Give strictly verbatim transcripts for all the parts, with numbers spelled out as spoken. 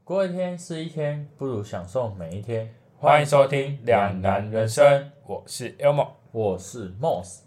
过一天是一天，不如享受每一天。 欢迎收听两难人生，我是 Elmo， 我是 Moss。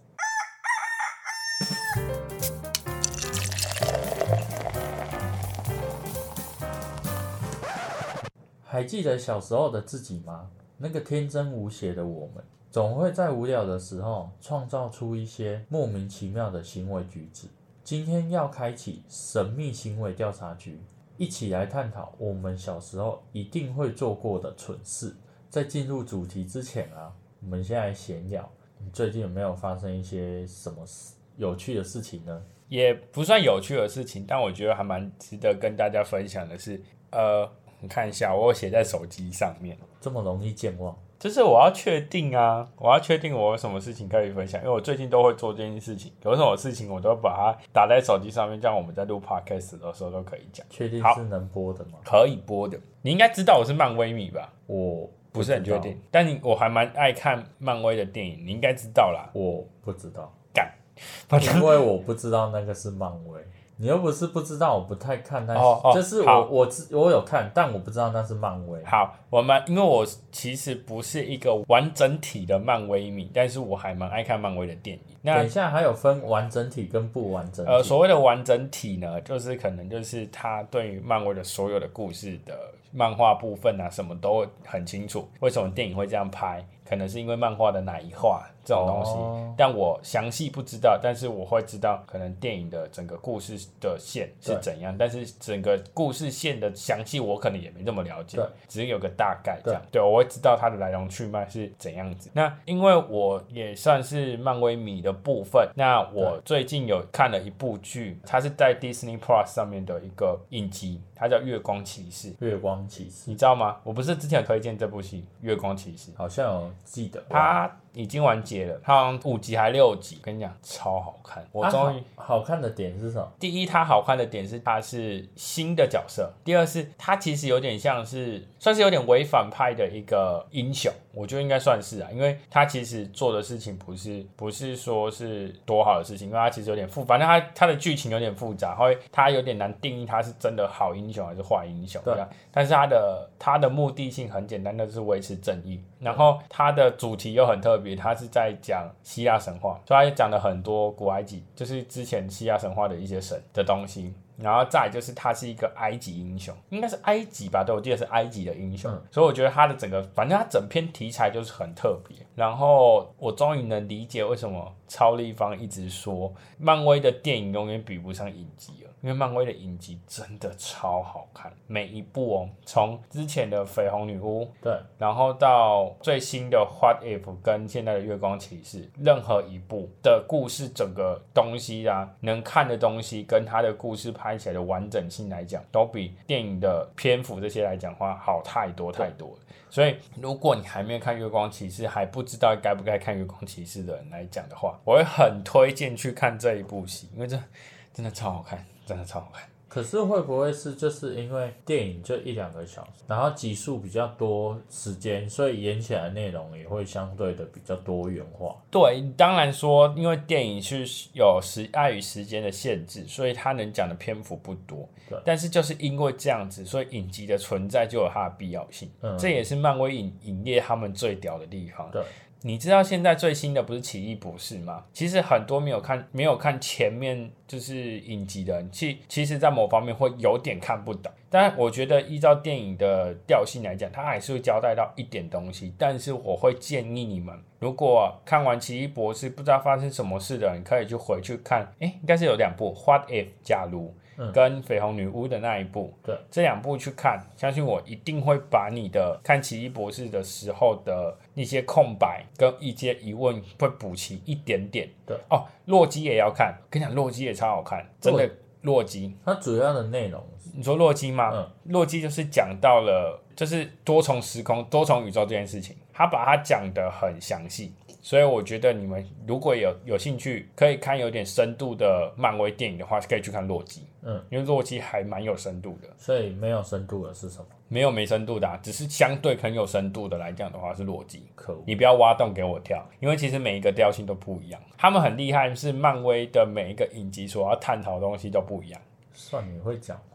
还记得小时候的自己吗？那个天真无邪的我们，总会在无聊的时候创造出一些莫名其妙的行为举止。今天要开启神秘行为调查局，一起来探讨我们小时候一定会做过的蠢事。在进入主题之前啊，我们先来闲聊，你最近有没有发生一些什么有趣的事情呢？ 也不算有趣的事情，但我觉得还蛮值得跟大家分享的是，呃，你看一下，我有写在手机上面， 这么容易健忘？ 就是我要确定啊，我要确定我有什么事情可以分享，因为我最近都会做这件事情，有什么事情我都把它打在手机上面，这样我们在录 podcast 的时候都可以讲。 确定是能播的吗？ 可以播的。你应该知道我是漫威迷吧？ 我不是很确定，但你我还蛮爱看漫威的电影，你应该知道啦。 我不知道， 干， 因为我不知道那个是漫威。你又不是不知道，我不太看那些， 哦哦、 就是我我我有看，但我不知道那是漫威。 好，我们因为我其实不是一个完整体的漫威迷，但是我还蛮爱看漫威的电影。那等一下还有分完整体跟不完整体。 呃，所谓的完整体呢，就是可能就是他对于漫威的所有的故事的漫画部分啊，什么都很清楚。为什么电影会这样拍？可能是因为漫画的哪一话这种东西，哦、但我详细不知道，但是我会知道可能电影的整个故事的线是怎样，但是整个故事线的详细我可能也没这么了解，只是有个大概这样。对，对我会知道它的来龙去脉是怎样子。那因为我也算是漫威迷的部分，那我最近有看了一部剧，它是在 Disney Plus 上面的一个影集，它叫《月光骑士》。 月光骑士， 你知道吗？我不是之前有推荐这部戏《月光骑士》， 好像有记得， 它已经完结了，它好像五集还六集，跟你讲超好看。我终于、 啊、好, 好看的点是什么？ 第一，它好看的点是它是新的角色；第二是它其实有点像是算是有点违反派的一个英雄，我觉得应该算是啊，因为他其实做的事情不是不是说是多好的事情，因为他其实有点复，反正他他的剧情有点复杂，会他有点难定义他是真的好英雄还是坏英雄这样。但是他的他的目的性很简单，就是维持正义。然后他的主题又很特别，他是在讲希腊神话，所以他也讲了很多古埃及，就是之前希腊神话的一些神的东西。然后再来就是他是一个埃及英雄，应该是埃及吧，对，我记得是埃及的英雄、嗯、所以我觉得他的整个反正他整篇题材就是很特别。然后我终于能理解为什么超立方一直说漫威的电影永远比不上影集了，因为漫威的影集真的超好看，每一部哦，从之前的绯红女巫， 对， 然后到最新的 What If 跟现在的月光骑士，任何一部的故事整个东西啊，能看的东西跟他的故事拍起来的完整性来讲，都比电影的篇幅这些来讲的话好太多太多了。所以如果你还没有看月光骑士，还不知道该不该看月光骑士的人来讲的话，我会很推荐去看这一部戏，因为这真的超好看，真的超好看。 可是会不会是就是因为电影就一两个小时，然后集数比较多时间，所以演起来的内容也会相对的比较多元化？ 对，当然说因为电影是有时碍于时间的限制，所以它能讲的篇幅不多。对，但是就是因为这样子，所以影集的存在就有它的必要性。嗯，这也是漫威影影业他们最屌的地方。对。你知道现在最新的不是奇异博士吗？其实很多没有看没有看前面就是影集的人，其其实在某方面会有点看不懂。但我觉得依照电影的调性来讲，它还是会交代到一点东西。但是我会建议你们，如果看完奇异博士不知道发生什么事的人，可以去回去看，诶，应该是有两部 What If 假如。嗯、跟绯红女巫的那一部，对，这两部去看，相信我一定会把你的看奇异博士的时候的一些空白跟一些疑问会补齐一点点。对哦，洛基也要看，跟你讲，洛基也超好看，真的。洛基， 它主要的内容， 你说洛基吗？嗯，洛基就是讲到了，就是多重时空、多重宇宙这件事情，他把它讲得很详细。所以我觉得你们如果有有兴趣，可以看有点深度的漫威电影的话，可以去看洛基。嗯，因为洛基还蛮有深度的。 所以没有深度的是什么？ 没有没深度的、啊，只是相对很有深度的来讲的话是洛基。可恶，你不要挖洞给我跳，因为其实每一个调性都不一样。他们很厉害，是漫威的每一个影集所要探讨的东西都不一样。 算你会讲话。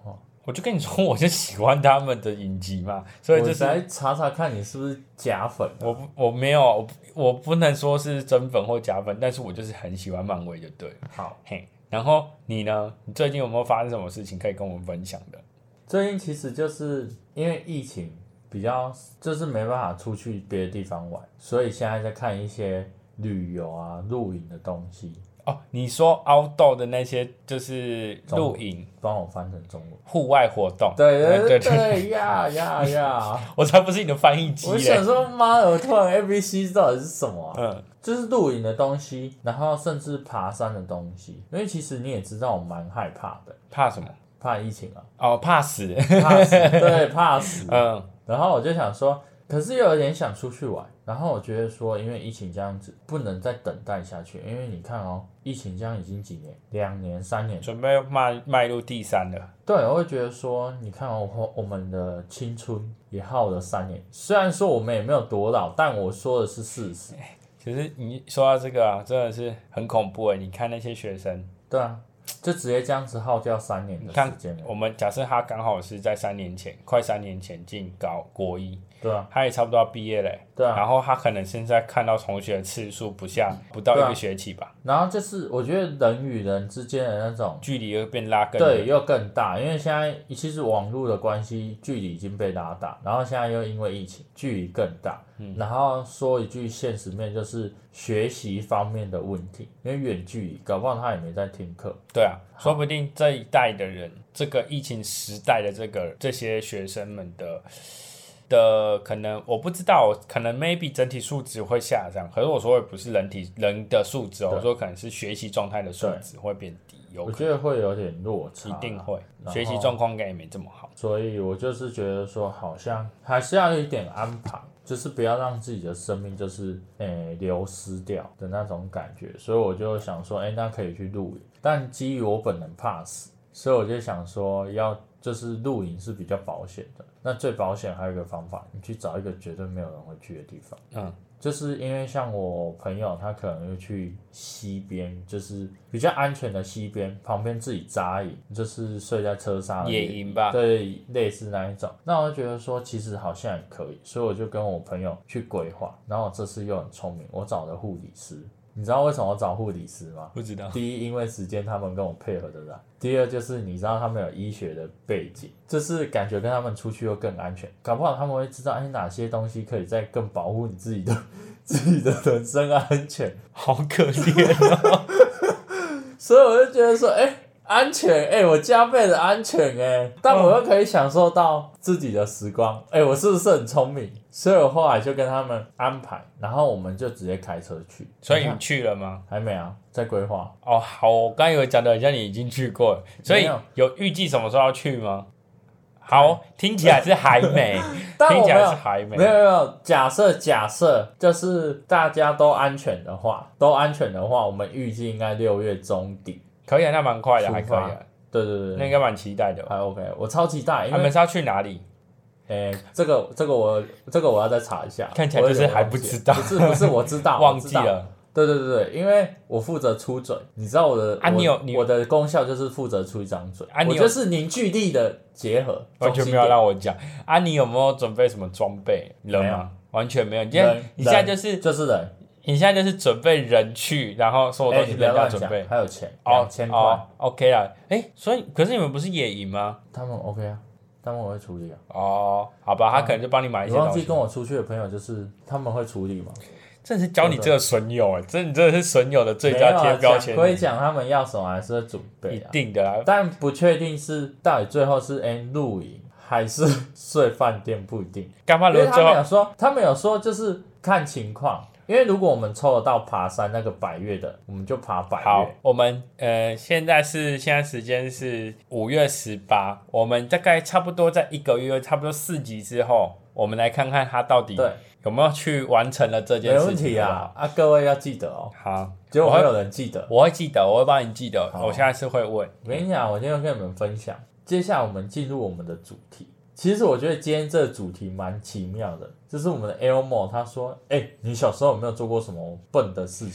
我就跟你说，我就喜欢他们的影集嘛，所以就是我来查查看你是不是假粉、啊。 我不我没有，我我不能说是真粉或假粉，但是我就是很喜欢漫威，就对了。 好， 嘿，然后你呢？你最近有没有发生什么事情可以跟我们分享的？ 最近其实就是因为疫情比较，就是没办法出去别的地方玩，所以现在在看一些旅游啊、露营的东西。 哦，你说 outdoor 的那些就是露营， 帮我翻成中文， 户外活动。 对对对对对对呀呀呀！ 我才不是你的翻译机我嘞。 想说，妈的，我突然 A B C 到底是什么啊？ 嗯， 就是露营的东西，然后甚至爬山的东西。因为其实你也知道，我蛮害怕的， 怕什么？ 怕疫情啊， 哦，怕死。 怕死，对，怕死。 嗯， 然后我就想说，可是又有点想出去玩。然后我觉得说，因为疫情这样子，不能再等待下去。因为你看哦，疫情这样已经几年，两年、三年， 准备迈迈入第三了。 对，我会觉得说，你看哦，我我们的青春也耗了三年。虽然说我们也没有多老，但我说的是事实。 其实你说到这个啊，真的是很恐怖哎！你看那些学生， 对啊，就直接这样子耗掉三年的时间了。 我们假设他刚好是在三年前，快三年前进高国一， 对啊， 他也差不多要毕业嘞。 对啊， 然后他可能现在看到同学的次数不下不到一个学期吧。 然后就是我觉得人与人之间的那种距离又变拉更对，又更大，因为现在其实网络的关系，距离已经被拉大，然后现在又因为疫情，距离更大。嗯，然后说一句现实面，就是学习方面的问题，因为远距离，搞不好他也没在听课。 对啊，说不定这一代的人，这个疫情时代的这个这些学生们的。的可能我不知道，可能 maybe 整体素质会下降，可是我说的不是人体人的素质哦，我说可能是学习状态的素质会变低，有可能我觉得会有点落差， 一定会，学习状况应该也没这么好， 所以我就是觉得说，好像还是要有一点安排，就是不要让自己的生命就是诶、欸、流失掉的那种感觉，所以我就想说，哎、欸，那可以去露营，但基于我本人怕死，所以我就想说要。就是露营是比较保险的，那最保险还有一个方法，你去找一个绝对没有人会去的地方。嗯，就是因为像我朋友，他可能会去溪边，就是比较安全的溪边，旁边自己扎营，就是睡在车上野营吧， 对，类似那一种。那我就觉得说，其实好像也可以，所以我就跟我朋友去规划。然后我这次又很聪明，我找了护理师。你知道为什么我找护理师吗？ 不知道。 第一，因为时间他们跟我配合的来；第二，就是你知道他们有医学的背景，就是感觉跟他们出去又更安全。搞不好他们会知道，哎，哪些东西可以再更保护你自己的自己的人身安全。 好可怜哦！ 所以我就觉得说，哎。安全，哎、欸，我加倍的安全，哎、欸，但我又可以享受到自己的时光，哎、欸，我是不是很聪明？所以我后来就跟他们安排，然后我们就直接开车去。 所以你去了吗？ 还没啊，在规划。 哦，好，我刚以为讲的好像你已经去过了，所以有预计什么时候要去吗？好，听起来是还没，听起来是还没， 没有没有。假设假设就是大家都安全的话，都安全的话，我们预计应该六月中底。 可以啊，那蛮快的，还可以啊。 对对对， 那应该蛮期待的、哦。 还 OK， 我超期待。 他们是要去哪里？ 诶、欸，这个这个我这个我要再查一下。 看起来就是还不知道。 不是不是，我知道， 忘记了。 对对对对，因为我负责出嘴，你知道我的啊，你有我的功效就是负责出一张嘴， 啊，你我就是凝聚力的结合。 完全没有让我讲啊，你有没有准备什么装备？人吗？完全没有。你现在你现在就是就是人。 你现在就是准备人去，然后所有东西人家准备， 还有钱， 两千块、 哦、，OK 啦。哎，所以可是你们不是野营吗？ 他们 OK 啊，他们我会处理啊。 哦，好吧，他可能就帮你买一些东西。 你忘记跟我出去的朋友就是他们会处理吗？ 真的是教你这个损友哎，真的真的是损友的最佳贴标签。 会讲他们要什么还是会准备、啊， 一定的啦。 但不确定是到底最后是哎露营还是睡饭店，不一定。 干嘛？因为他们有说，他们有说就是看情况。因为如果我们抽得到爬山那个百岳的，我们就爬百岳。 好，我们呃现在是现在时间是五月十八，我们大概差不多在一个月，差不多四集之后，我们来看看他到底有没有去完成了这件事情。 没问题啊，啊各位要记得哦。 好， 结果没有人记得， 我会记得，我会帮你记得。我下次会问。 我跟你讲，我今天会跟你们分享。接下来我们进入我们的主题。其实我觉得今天这个主题蛮奇妙的，就是我们的 Elmo 他说：“哎、欸，你小时候有没有做过什么笨的事情？”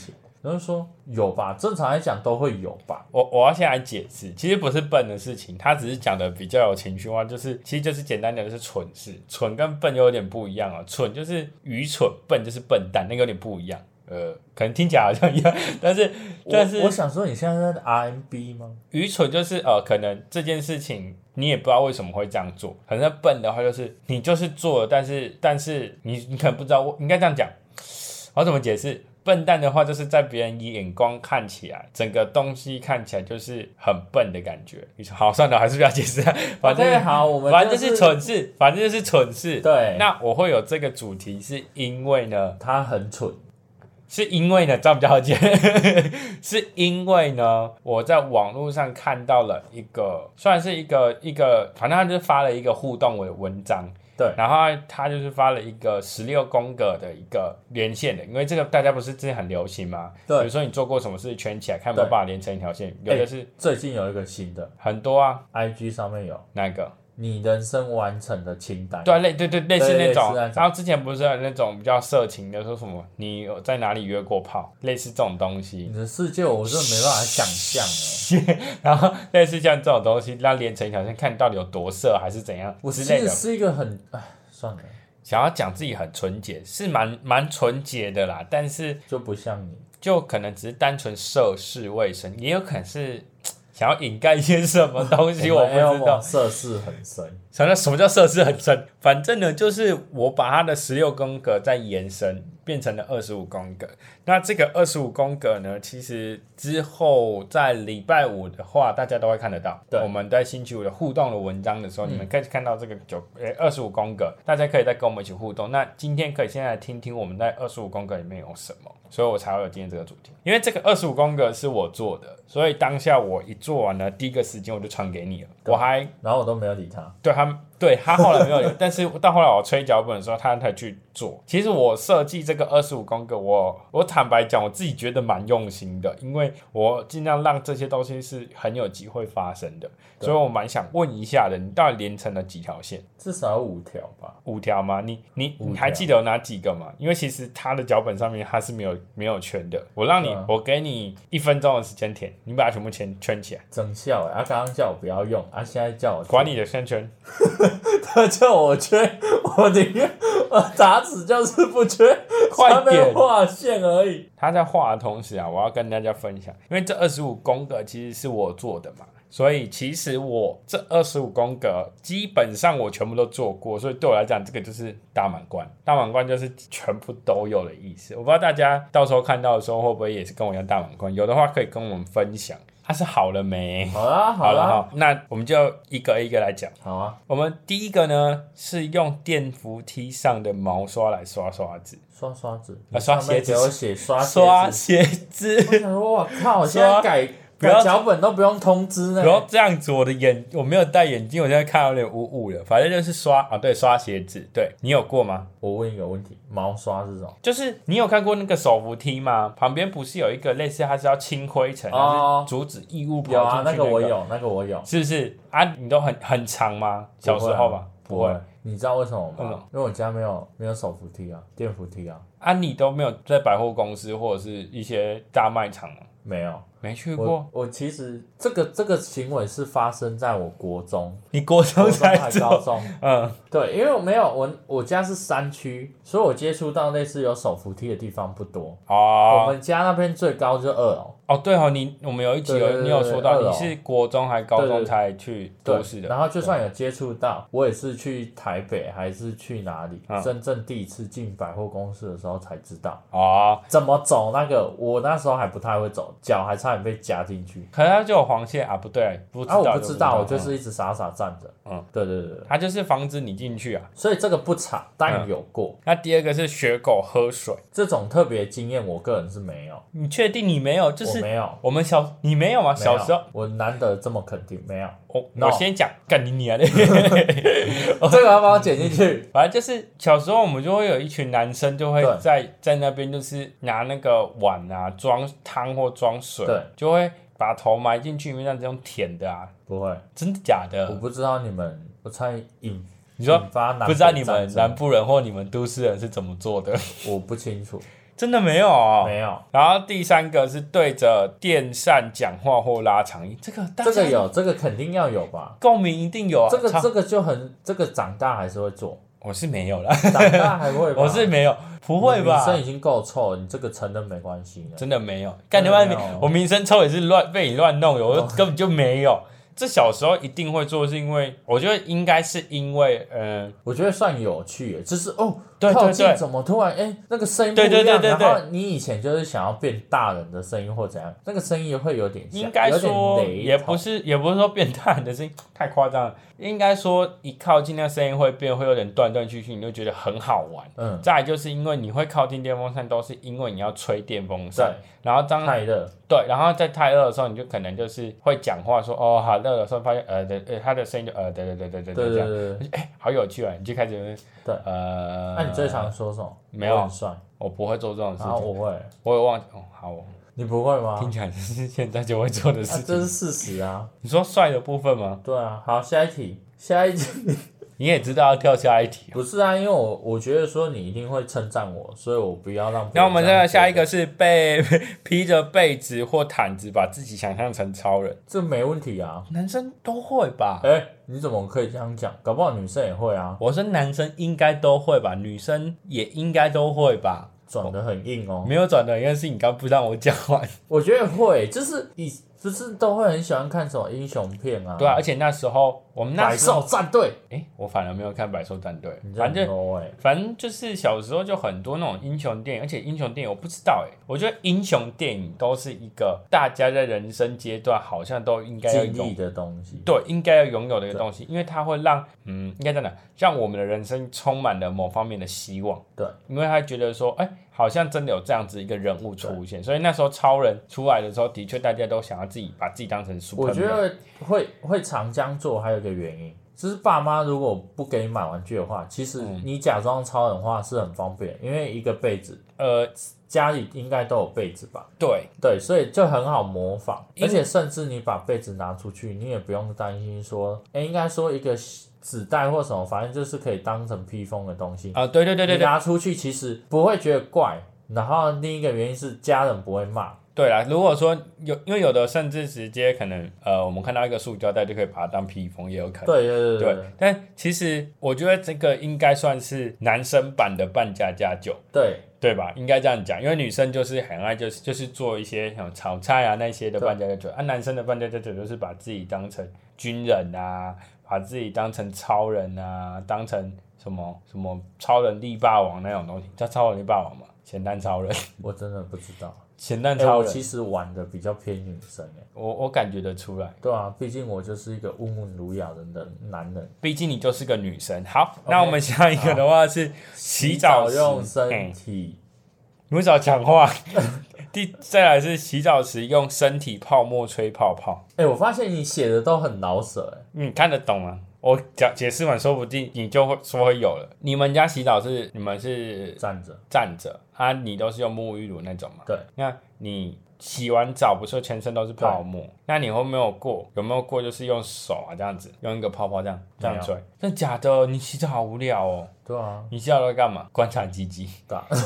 然后说有吧，正常来讲都会有吧。 我我要先来解释，其实不是笨的事情，他只是讲的比较有情绪化，就是其实就是简单的就是蠢事，蠢跟笨又有点不一样哦，蠢就是愚蠢，笨就是笨蛋，那个有点不一样。呃，可能听起来好像一样，但是但是我我想说，你现在在 R M B 吗？ 愚蠢就是呃，可能这件事情你也不知道为什么会这样做。可能笨的话就是你就是做了，但是但是你你可能不知道，应该这样讲，我要怎么解释？笨蛋的话就是在别人眼光看起来，整个东西看起来就是很笨的感觉。好，算了，还是不要解释了。反正、 okay, 好，我们、就是、 反正就是蠢事，反正就是蠢事。 对， 那我会有这个主题，是因为呢， 他很蠢。 是因为呢，这样比较好解。是因为呢，我在网络上看到了一个，算是一个一个，反正他就是发了一个互动的文章。 对， 然后他就是发了一个十六宫格的一个连线的，因为这个大家不是之前很流行吗？ 对， 比如说你做过什么事圈起来，看有没有办法连成一条线。有的是、欸、 最近有一个新的， 很多啊 ，I G 上面有哪一个？ 你人生完成的清单， 对，类对对类似那种， 那种然后之前不是有那种比较色情的，说什么你有在哪里约过炮，类似这种东西。 你的世界我真的没办法想象哎。 然后类似像这种东西，让连成一条线，看到底有多色还是怎样我之类的。 其实是一个很，哎，算了。 想要讲自己很纯洁，是蛮蛮纯洁的啦，但是就不像你， 就可能只是单纯涉世未深，也有可能是。想要掩盖一些什么东西，我不知道。 涉世很深， 什么什么叫涉世很深？反正呢，就是我把它的十六宫格再延伸，变成了二十五宫格。那这个二十五宫格呢，其实之后在礼拜五的话，大家都会看得到。我们在星期五的互动的文章的时候，嗯、你们可以看到这个九呃二十五宫格，大家可以再跟我们一起互动。那今天可以先来听听我们在二十五宫格里面有什么，所以我才会有今天这个主题。因为这个二十五宫格是我做的，所以当下我一做完了，第一个时间我就传给你了。我还然后我都没有理他， 对他，对他后来没有理，但是到后来我催脚本的时候，他才去做。其实我设计这个二十五宫格，我我坦白讲，我自己觉得蛮用心的，因为我尽量让这些东西是很有机会发生的，所以我蛮想问一下的，你到底连成了几条线？ 至少有五条吧？ 五条吗？你你你还记得有哪几个吗？因为其实他的脚本上面他是没有没有圈的，我让你、嗯、我给你一分钟的时间填，你把它全部圈圈起来。 真笑哎！他刚刚叫我不要用，啊，现在叫我管你的圈圈， 他叫我圈，我宁愿我打死就是不圈， 快点画线而已。 他在画的同时啊，我要跟大家分享，因为这二十五宫格其实是我做的嘛。所以其实我这二十五宫格基本上我全部都做过，所以对我来讲这个就是大满贯。大满贯就是全部都有的意思。我不知道大家到时候看到的时候会不会也是跟我一样大满贯，有的话可以跟我们分享。它是好了没？ 好啦，好啦， 好了，那我们就一个一个来讲。 好啊。 我们第一个呢是用电扶梯上的毛刷来刷刷子。 刷刷子？ 啊，刷鞋子。 给我写刷鞋子。 刷鞋子。 我想说，我靠，我现在改。不要脚本都不用通知呢。 不要这样子，我的眼我没有戴眼镜，我现在看有点雾雾的。反正就是刷啊，对，刷鞋子。对，你有过吗？ 我问一个问题，毛刷是什么？ 就是你有看过那个手扶梯吗？旁边不是有一个类似它是要清灰尘，还、哦、是阻止异物跑进去、那個？ 有啊，那个我有，那个我有。 是不是啊？你都很很长吗？小时候吧， 不会。不会你知道为什么吗？嗯、因为我家没有没有手扶梯啊，电扶梯啊。 啊，你都没有在百货公司或者是一些大卖场吗？ 没有。 没去过。 我, 我其实这个这个行为是发生在我国中， 你国中才还高中？ 嗯， 对，因为我没有我我家是山区，所以我接触到类似有手扶梯的地方不多。 哦， 我们家那边最高就二楼。 哦，对哦，你我们有一集有你有说到你是国中还高中才去都市的， 然后就算有接触到，我也是去台北还是去哪里，嗯、真正第一次进百货公司的时候才知道。 哦， 怎么走那个？我那时候还不太会走，脚还差点被夹进去。 可能它就有黄线啊，不对，不知道啊，我不知道，我就是一直傻傻站着。嗯，对对对对， 它就是防止你进去啊， 所以这个不长，但有过。 嗯、那第二个是学狗喝水， 这种特别经验，我个人是没有。 你确定你没有？就是我没有， 我们小你没有吗？小时候我难得这么肯定，没有。 我、no. 我先讲，干你你啊！这个要帮我剪进去。 反正就是小时候我们就会有一群男生就会在在那边就是拿那个碗啊装汤或装水， 对， 就会把头埋进去里面，这种舔的啊。 不会， 真的假的？ 我不知道你们，我猜引你说引发南不知道你们南部人或你们都市人是怎么做的？ 我不清楚。 真的没有哦， 没有。 然后第三个是对着电扇讲话或拉长音，这个这个有，这个肯定要有吧？ 共鸣一定有啊。 这个这个就很，这个长大还是会做。 我是没有啦， 长大还会吧？ 我是没有，不会吧？ 名声已经够臭，你这个承认没关系的。 真的没有，干你妈！我名声臭也是乱被你乱弄的，我根本就没有。这小时候一定会做，是因为我觉得应该是因为，嗯、呃， 我觉得算有趣耶，就是哦， 对对对靠近怎么突然哎那个声音不一样， 对对对对对， 然后你以前就是想要变大人的声音或怎样，那个声音会有点像， 应该说也不是也不是说变大人的声音太夸张了，应该说一靠近那声音会变，会有点断断续续，你就觉得很好玩。嗯，再来就是因为你会靠近电风扇，都是因为你要吹电风扇，然后当太热， 对，然后在太热的时候，你就可能就是会讲话说哦好热的时候，发现呃对呃他的声音就呃对对对对对对这样，哎好有趣啊，你就开始对呃， 那、啊、你最常说什么？ 没有， 很帅， 我不会做这种事情， 啊我会， 我也忘记哦好。 你不会吗？ 听起来是现在就会做的事情， 啊、这是事实啊。 你说帅的部分吗？ 对啊，好，下一题，下一题。 你也知道要跳下一题、 哦，不是啊，因为我我觉得说你一定会称赞我，所以我不要让。 那我们再下一个是被披着被子或毯子，把自己想象成超人， 这没问题啊， 男生都会吧？ 哎、欸，你怎么可以这样讲？搞不好女生也会啊。 我说男生应该都会吧，女生也应该都会吧。 转得很硬哦， 没有转的，因为是你刚不让我讲完。 我觉得会，就是你不是都会很喜欢看什么英雄片啊？ 对啊，而且那时候我们那时候百兽战队， 哎、欸，我反而没有看百兽战队， 反正、 欸、反正就是小时候就很多那种英雄电影，而且英雄电影我不知道哎、欸，我觉得英雄电影都是一个大家在人生阶段好像都应该要经历的东西， 对，应该要拥有的一个东西，因为它会让嗯，应该这样讲，让我们的人生充满了某方面的希望。 对， 因为他觉得说，哎、欸，好像真的有这样子一个人物出现，所以那时候超人出来的时候，的确大家都想要自己把自己当成 Superman。 我觉得会会常这样做，还有一个原因，就是爸妈如果不给你买玩具的话，其实你假装超人的话是很方便，因为一个被子，呃，家里应该都有被子吧？ 对对，所以就很好模仿，而且甚至你把被子拿出去，你也不用担心说，哎、欸，应该说一个纸袋或什么，反正就是可以当成披风的东西啊、呃。对对对对对， 你拿出去其实不会觉得怪。然后另一个原因是家人不会骂。 对啦，如果说有，因为有的甚至直接可能，呃，我们看到一个塑胶袋就可以把它当披风，也有可能。 对对对 对, 对。但其实我觉得这个应该算是男生版的扮家家酒。 对。 对吧？应该这样讲，因为女生就是很爱就是就是做一些像炒菜啊那些的扮家家酒，啊，男生的扮家家酒就是把自己当成军人啊，把自己当成超人啊，当成什么什么超人力霸王那种东西，叫超人力霸王嘛？咸蛋超人， 我真的不知道。 咸蛋超人，欸、 我其实玩的比较偏女生哎， 我我感觉得出来。 对啊，毕竟我就是一个温文儒雅的男人。 毕竟你就是个女生。好， okay, 那我们下一个的话是洗澡时用身体。 你为什么讲话？第再来是洗澡时用身体泡沫吹泡泡。 哎、欸，我发现你写的都很老舍哎， 你看得懂吗？我讲解释完，说不定你就会说会有了。你们家洗澡是你们是站着站着啊？你都是用沐浴乳那种吗？ 对。 那你洗完澡不是全身都是泡沫？那你有没有过？有没有过就是用手啊这样子，用一个泡泡这样这样吹？真的假的？你洗澡好无聊哦。 对啊。 你洗澡都在干嘛？观察鸡鸡。 对啊。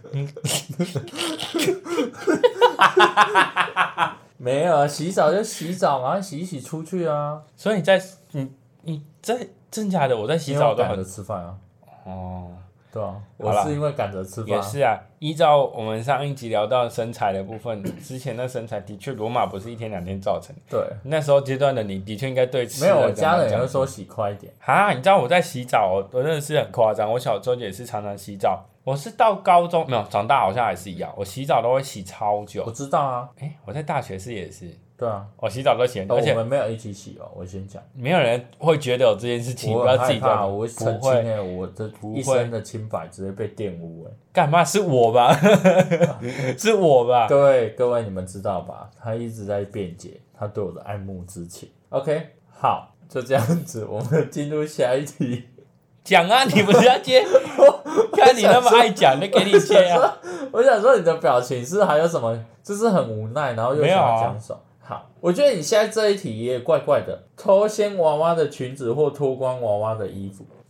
没有啊，洗澡就洗澡嘛，洗一洗出去啊。 所以你在你你在真假的？我在洗澡都赶着吃饭啊。哦。对啊，我是因为赶着吃饭。 也是啊，依照我们上一集聊到身材的部分，之前的身材的确罗马不是一天两天造成的。 对， 那时候阶段的你的确应该对吃。 没有，我家人也会说洗快一点。 哈，你知道我在洗澡，我真的是很夸张。我小时候也是常常洗澡，我是到高中没有，长大好像还是一样，我洗澡都会洗超久。 我知道啊， 哎、欸，我在大学是也是。 对啊， 我洗澡都洗很久，而且我们没有一起洗哦。我先讲， 没有人会觉得有这件事情， 我不要自己怕，我会澄清哎，我这一身的清白直接被玷污哎。 干嘛？是我吧？是我吧？ 各位各位，你们知道吧？他一直在辩解他对我的爱慕之情。OK， 好，就这样子，我们进入下一题。 讲啊，你不是要接？看你那么爱讲，就给你接啊。 我想说你的表情是还有什么，就是很无奈，然后又想要讲什么。好，我觉得你现在这一题也怪怪的，偷掀娃娃的裙子或脱光娃娃的衣服，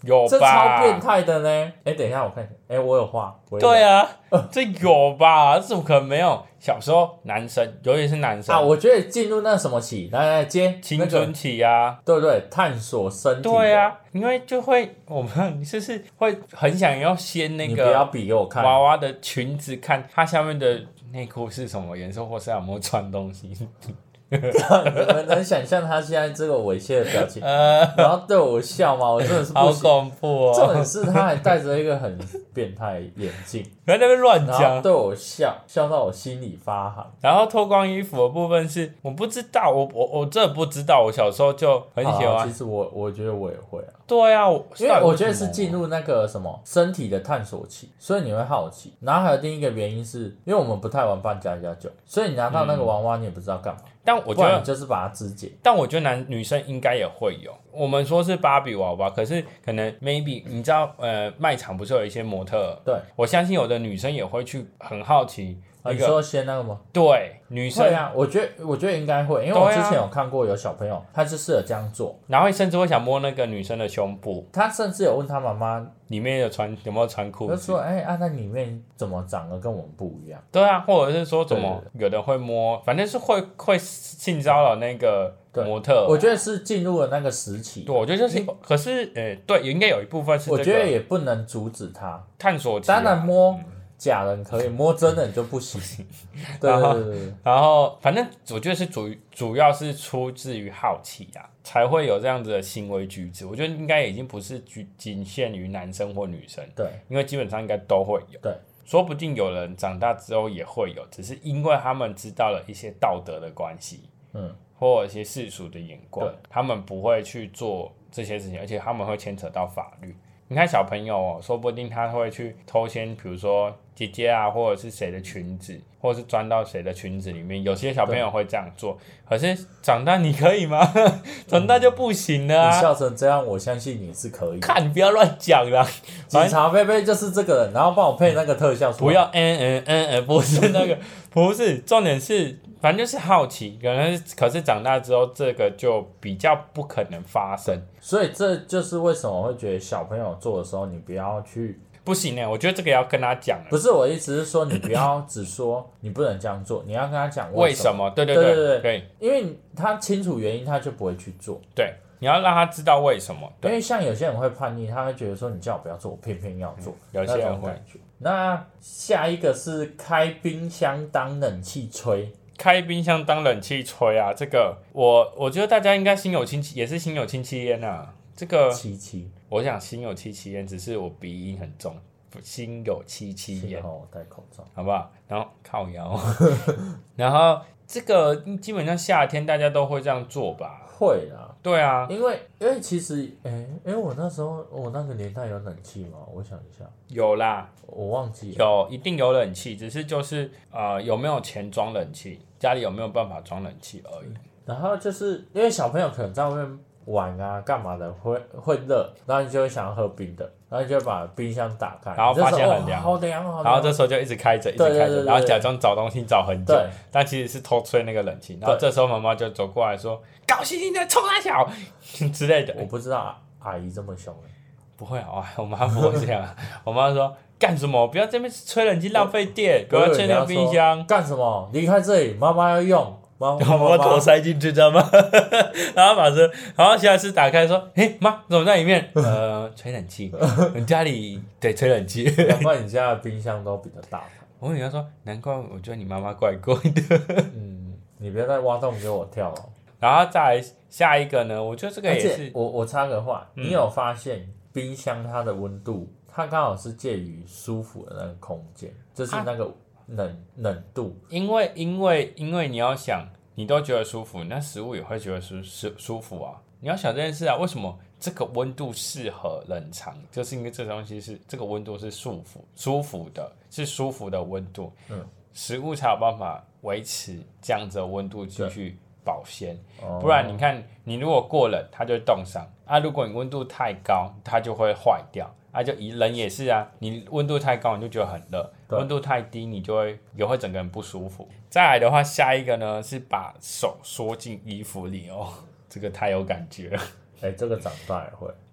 有吧？ 这超变态的呢！哎，等一下我看一下，哎，我有画。 对啊，这有吧？这怎么可能没有？小时候男生，尤其是男生啊，我觉得进入那什么期，来来接青春期啊， 对不对？探索身体。 对啊，因为就会我们你就是会很想要掀那个， 你不要比给我看娃娃的裙子，看它下面的内裤是什么颜色，或是有没有穿东西。 你们能想象他现在这个猥亵的表情，呃、然后对我笑吗？我真的是不行， 好恐怖哦！ 重点是他还戴着一个很变态眼镜， 不要在那边乱讲， 然后对我笑，笑到我心里发寒。 然后脱光衣服的部分是我不知道，我我我真的不知道，我小时候就很喜欢。 啊、其实我我觉得我也会啊。 对啊， 因为我觉得是进入那个什么身体的探索期，所以你会好奇。然后还有另一个原因是，因为我们不太玩扮家家酒，所以你拿到那个娃娃你也不知道干嘛。嗯但我觉得你就是把它肢解， 但我觉得男女生应该也会有。我们说是芭比娃娃，可是可能 maybe 你知道，呃，卖场不是有一些模特？ 对， 我相信有的女生也会去很好奇。 啊、你说先那个吗？ 对，女生会啊，我觉得我觉得应该会，因为我之前有看过有小朋友，他就适合这样做， 然后甚至会想摸那个女生的胸部。 他甚至有问他妈妈里面有穿有没有穿裤子， 就说哎，啊，那里面怎么长得跟我们不一样？ 对啊，或者是说怎么有的会摸，反正是会会性骚扰那个模特。 我觉得是进入了那个时期。 对，我觉得就是，可是呃，对，应该有一部分是、这个。 我觉得也不能阻止他探索期、啊。 当然摸。嗯假人可以摸真人就不行，对对对对。 然后反正我觉得是主主要是出自于好奇啊，才会有这样子的行为举止。我觉得应该已经不是仅限于男生或女生， 对， 因为基本上应该都会有。 对， 说不定有人长大之后也会有，只是因为他们知道了一些道德的关系，嗯，或者一些世俗的眼光，他们不会去做这些事情，而且他们会牵扯到法律。你看小朋友哦，说不定他会去偷掀，比如说姐姐啊，或者是谁的裙子，或者是钻到谁的裙子里面。有些小朋友会这样做，可是长大你可以吗？长大就不行了啊！ 你笑成这样，我相信你是可以。 看，你不要乱讲啦！ 警察贝贝就是这个人，然后帮我配那个特效出来。 不要嗯嗯嗯嗯，不是那个，不是，重点是。反正就是好奇，可能可是长大之后，这个就比较不可能发生。 所以这就是为什么我会觉得小朋友做的时候，你不要去不行呢。我觉得这个要跟他讲。 不是我的意思是说，你不要只说你不能这样做，你要跟他讲为什么。对对对对对对， 因为他清楚原因，他就不会去做。 对，你要让他知道为什么。 因为像有些人会叛逆，他会觉得说你叫我不要做，我偏偏要做。 嗯、有些人会。 那下一个是开冰箱当冷气吹。 开冰箱当冷气吹啊，这个我我觉得大家应该心有戚戚，也是心有戚戚焉啊。这个戚戚， 我想心有戚戚焉，只是我鼻音很重，心有戚戚焉。 幸好我戴口罩， 好不好？然后靠腰，然后这个基本上夏天大家都会这样做吧？ 会啦。对啊， 因为因为其实，哎、欸，因为我那时候我那个年代有冷气吗？我想一下， 有啦， 我忘记了， 有一定有冷气，只是就是呃有没有钱装冷气，家里有没有办法装冷气而已。 然后就是因为小朋友可能在外面玩啊干嘛的会会热，然后你就会想要喝冰的，然后你就会把冰箱打开， 然后发现很凉， 好凉好凉， 然后这时候就一直开着一直开着，然后假装找东西找很久，但其实是偷吹那个冷气，然后这时候妈妈就走过来说高兴你的冲他小之类的。 我不知道阿姨这么凶。 不会啊，我妈不会这样，我妈说干什么不要这边吹冷气浪费电，不要吹那个冰箱， 干什么离开这里妈妈要用， 我把头塞进去知道吗？然后把这，然后下次打开说，嘿妈怎么在里面？呃，吹冷气，你家里得吹冷气， 难怪你家的冰箱都比较大。 我跟你说，难怪我觉得你妈妈怪怪的。 嗯，你不要再挖洞给我跳了。 然后再来下一个呢，我觉得这个也是， 我我插个话，嗯、你有发现冰箱它的温度，它刚好是介于舒服的那个空间，就是那个冷、啊、冷度。 因为因为因为你要想，你都觉得舒服，那食物也会觉得舒舒舒服啊。你要想这件事啊，为什么这个温度适合冷藏？就是因为这东西是这个温度是舒服舒服的，是舒服的温度，嗯，食物才有办法维持这样子的温度继续保鲜，不然你看，你如果过冷，它就会冻伤啊；如果你温度太高，它就会坏掉啊。就人也是啊，你温度太高，你就觉得很热；温度太低，你就会也会整个人不舒服。再来的话，下一个呢是把手缩进衣服里哦，这个太有感觉了。 哎、欸，这个长大也会。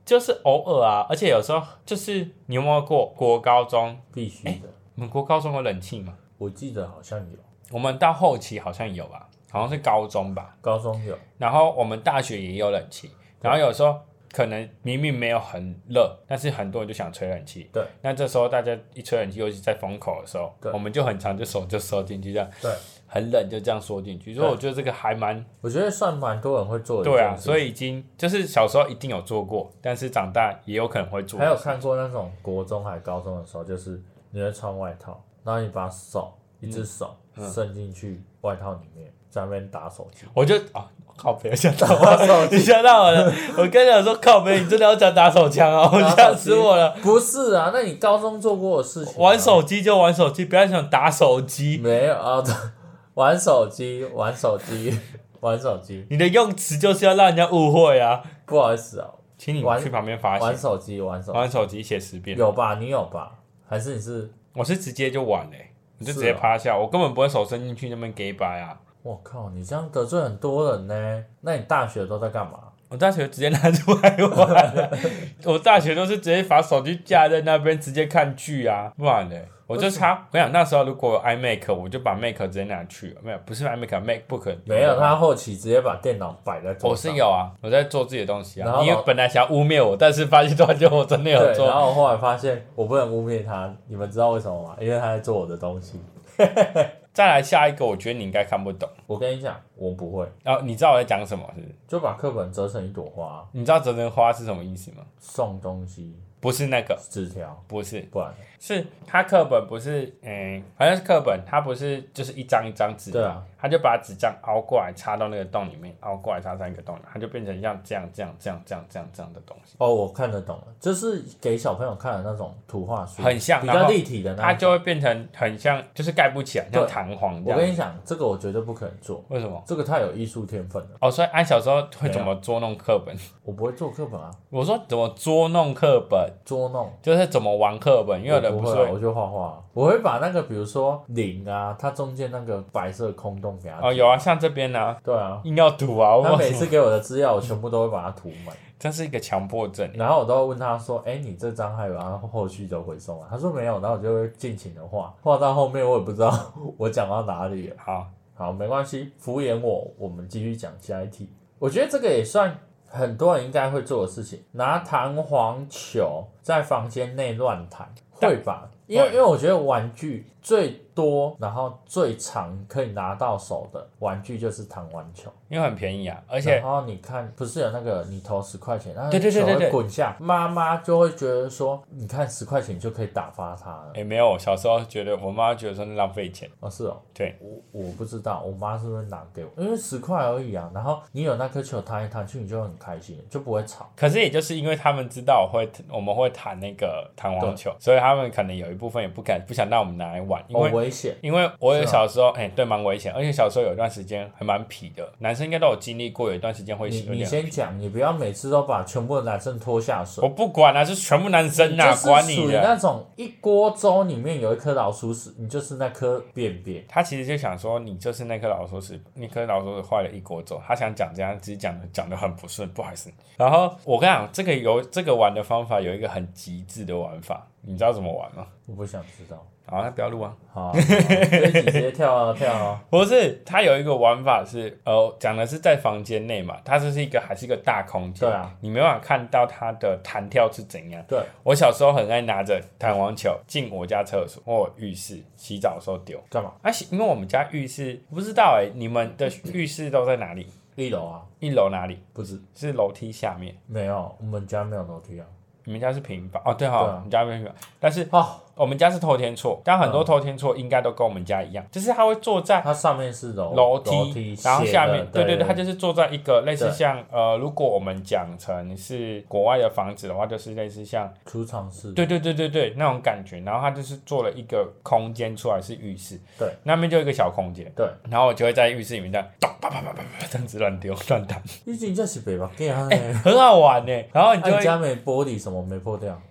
就是偶尔啊，而且有时候就是你有没有过国高中必须的？ 我们国高中有冷气吗？ 我记得好像有， 我们到后期好像有吧，好像是高中吧， 高中有， 然后我们大学也有冷气，然后有时候可能明明没有很热，但是很多人就想吹冷气。 对， 那这时候大家一吹冷气，尤其在风口的时候，我们就很长就手就收进去，这样。 对， 很冷就这样缩进去，所以我觉得这个还蛮， 我觉得算蛮多人会做的。 对啊，所以已经就是小时候一定有做过，但是长大也有可能会做。 还有看过那种国中还高中的时候，就是你会穿外套，然后你把手一只手伸进去外套里面，在那边打手机。 我就啊，靠北吓到我，你吓到我了。我跟你讲说靠北，你真的要讲打手枪哦，吓死我了。 不是啊，那你高中做过的事情、啊， 玩手机就玩手机，不要想打手机。 没有啊。玩手机，玩手机，玩手机。 你的用词就是要让人家误会啊！ 不好意思啊， 请你去旁边发现。 玩手机，玩手机， 玩手机写十遍。 有吧？你有吧？还是你是？ 我是直接就玩嘞、欸，你就直接趴下，我根本不会手伸进去那边给掰啊！ 我靠，你这样得罪很多人呢。那你大学都在干嘛？ 我大学直接拿出来玩我大学都是直接把手机架在那边直接看剧啊，不然嘞。我就差，我想那时候如果有 iMac， 我就把 Mac 直接拿去，没有，不是 iMac，MacBook。 没有，他后期直接把电脑摆在桌上。 我是有啊，我在做自己的东西啊。因为本来想要污蔑我，但是发现突然间我真的有做。 然后我后来发现我不能污蔑他，你们知道为什么吗？因为他在做我的东西。 再来下一个，我觉得你应该看不懂。 我跟你讲，我不会。 然后、哦、你知道我在讲什么是不是？ 就把课本折成一朵花。 你知道折成花是什么意思吗？ 送东西。 不是那个纸条， 不是， 不然是他课本不是，嗯、欸，好像是课本，它不是就是一张一张纸， 对啊， 他就把纸这样凹过来插到那个洞里面，凹过来插在一个洞里，它就变成像这样这样这样这样这样这样的东西。 哦，我看得懂了，就是给小朋友看的那种图画书， 很像， 比较立体的那种， 它就会变成很像，就是盖不起来，像弹簧这样。 我跟你讲，这个我绝对不可能做。 为什么？ 这个太有艺术天分了。 哦，所以安小时候会怎么捉弄课本？ 我不会做课本啊。 我说怎么捉弄课本？ 捉弄就是怎么玩课本，因为有人不是会、啊，我就画画，我会把那个比如说零啊，它中间那个白色空洞给它。 哦，有啊，像这边啊， 对啊， 硬要涂啊。 他每次给我的资料，我全部都会把它涂满。 这是一个强迫症。 然后我都会问他说：“哎、欸，你这张还有然后后续就回送啊？”他说没有，然后我就会尽情的画，画到后面我也不知道我讲到哪里了。 好， 好，没关系，敷衍我，我们继续讲下一题。我觉得这个也算很多人应该会做的事情，拿弹簧球在房间内乱弹，会吧？因为因为我觉得玩具最多，然后最长可以拿到手的玩具就是弹簧球， 因为很便宜啊，而且然后你看，不是有那个你投十块钱，然后对对对对对， 滚下，妈妈就会觉得说，你看十块钱就可以打发它了。 哎、欸，没有，小时候觉得我妈觉得说那浪费钱。 哦，是哦， 对， 我我不知道，我妈是不是拿给我，因为十块而已啊。然后你有那颗球弹来弹去，你就很开心，就不会吵。 可是也就是因为他们知道我会，我们会弹那个弹簧球，所以他们可能有一部分也不敢不想让我们拿来玩，因为、 哦、危险。 因为我有小时候，哎、欸，对，蛮危险，而且小时候有一段时间还蛮皮的，男生应该都有经历过，有一段时间会有点。 你你先讲，你不要每次都把全部的男生拖下水。 我不管啊，就是全部男生啊，管你的。 属于那种一锅粥里面有一颗老鼠屎，你就是那颗便便。 他其实就想说，你就是那颗老鼠屎，那颗老鼠屎坏了一锅粥。他想讲这样，只是讲的讲的很不顺，不好意思。然后我跟你讲，这个有这个玩的方法有一个很极致的玩法，你知道怎么玩吗？ 我不想知道。 好，那不要录啊。 好啊，这一集直接跳啊跳啊。 不是，它有一个玩法是，呃，讲的是在房间内嘛，它就是一个还是一个大空间， 对啊， 你没办法看到它的弹跳是怎样。 对， 我小时候很爱拿着弹簧球进我家厕所或浴室洗澡的时候丢。 干嘛？ 啊，因为我们家浴室不知道哎、欸，你们的浴室都在哪里？ 一楼啊。 一楼哪里？ 不是， 是楼梯下面。 没有，我们家没有楼梯啊。 你们家是平房哦，对哈、哦，你、啊、家没平房，但是哦， 我们家是透天厝，但很多透天厝应该都跟我们家一样，嗯、就是它会坐在它上面是楼楼梯， 然后下面对对对， 对对， 它就是坐在一个类似像呃，如果我们讲成是国外的房子的话，就是类似像储藏室， 对对对对对那种感觉，然后它就是做了一个空间出来是浴室， 对， 那边就有一个小空间， 对， 然后我就会在浴室里面这样咚啪啪啪啪啪这样子乱丢乱弹， 毕竟这是北吧，哎、 欸，很好玩呢，然后你就会、 啊、你家没玻璃什么没破掉。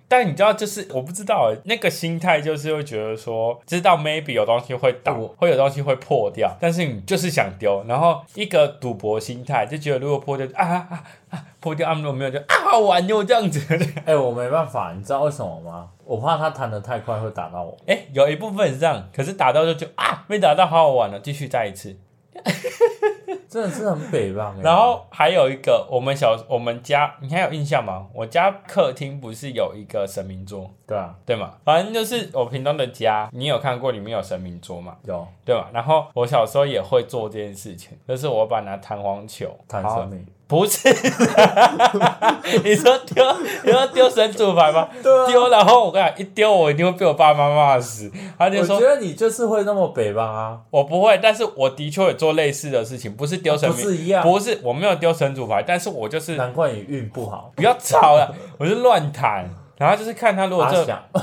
但你知道，就是我不知道那个心态，就是会觉得说，知道 maybe 有东西会倒， 哦会有东西会破掉，但是你就是想丢，然后一个赌博心态，就觉得如果破掉啊啊啊破掉，啊如果没有就啊好玩哟这样子。 哎、欸，我没办法，你知道为什么吗？我怕他弹得太快会打到我。 哎、欸，有一部分是这样，可是打到就就啊没打到，好好玩了，继续再一次。 真的是很北棒。 然后还有一个，我们小我们家你还有印象吗？我家客厅不是有一个神明桌？ 对啊， 对嘛，反正就是我屏东的家，你有看过里面有神明桌嘛？ 有， 对吧？然后我小时候也会做这件事情，就是我把拿弹簧球弹神明。 不是，你说丢，你说丢神主牌吗？ 对啊， 丢，然后我跟你讲，一丢我一定会被我爸妈骂死。他就说， 我觉得你就是会那么北方啊。 我不会，但是我的确有做类似的事情，不是丢神明， 啊、不是一样， 不是，我没有丢神主牌，但是我就是， 难怪你运不好。 不要吵了，我是乱弹，然后就是看他如果这。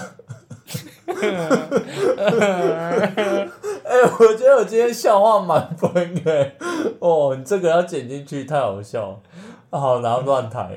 哎、欸，我觉得我今天笑话蛮分的哦，你这个要剪进去，太好笑了。好，然后乱弹，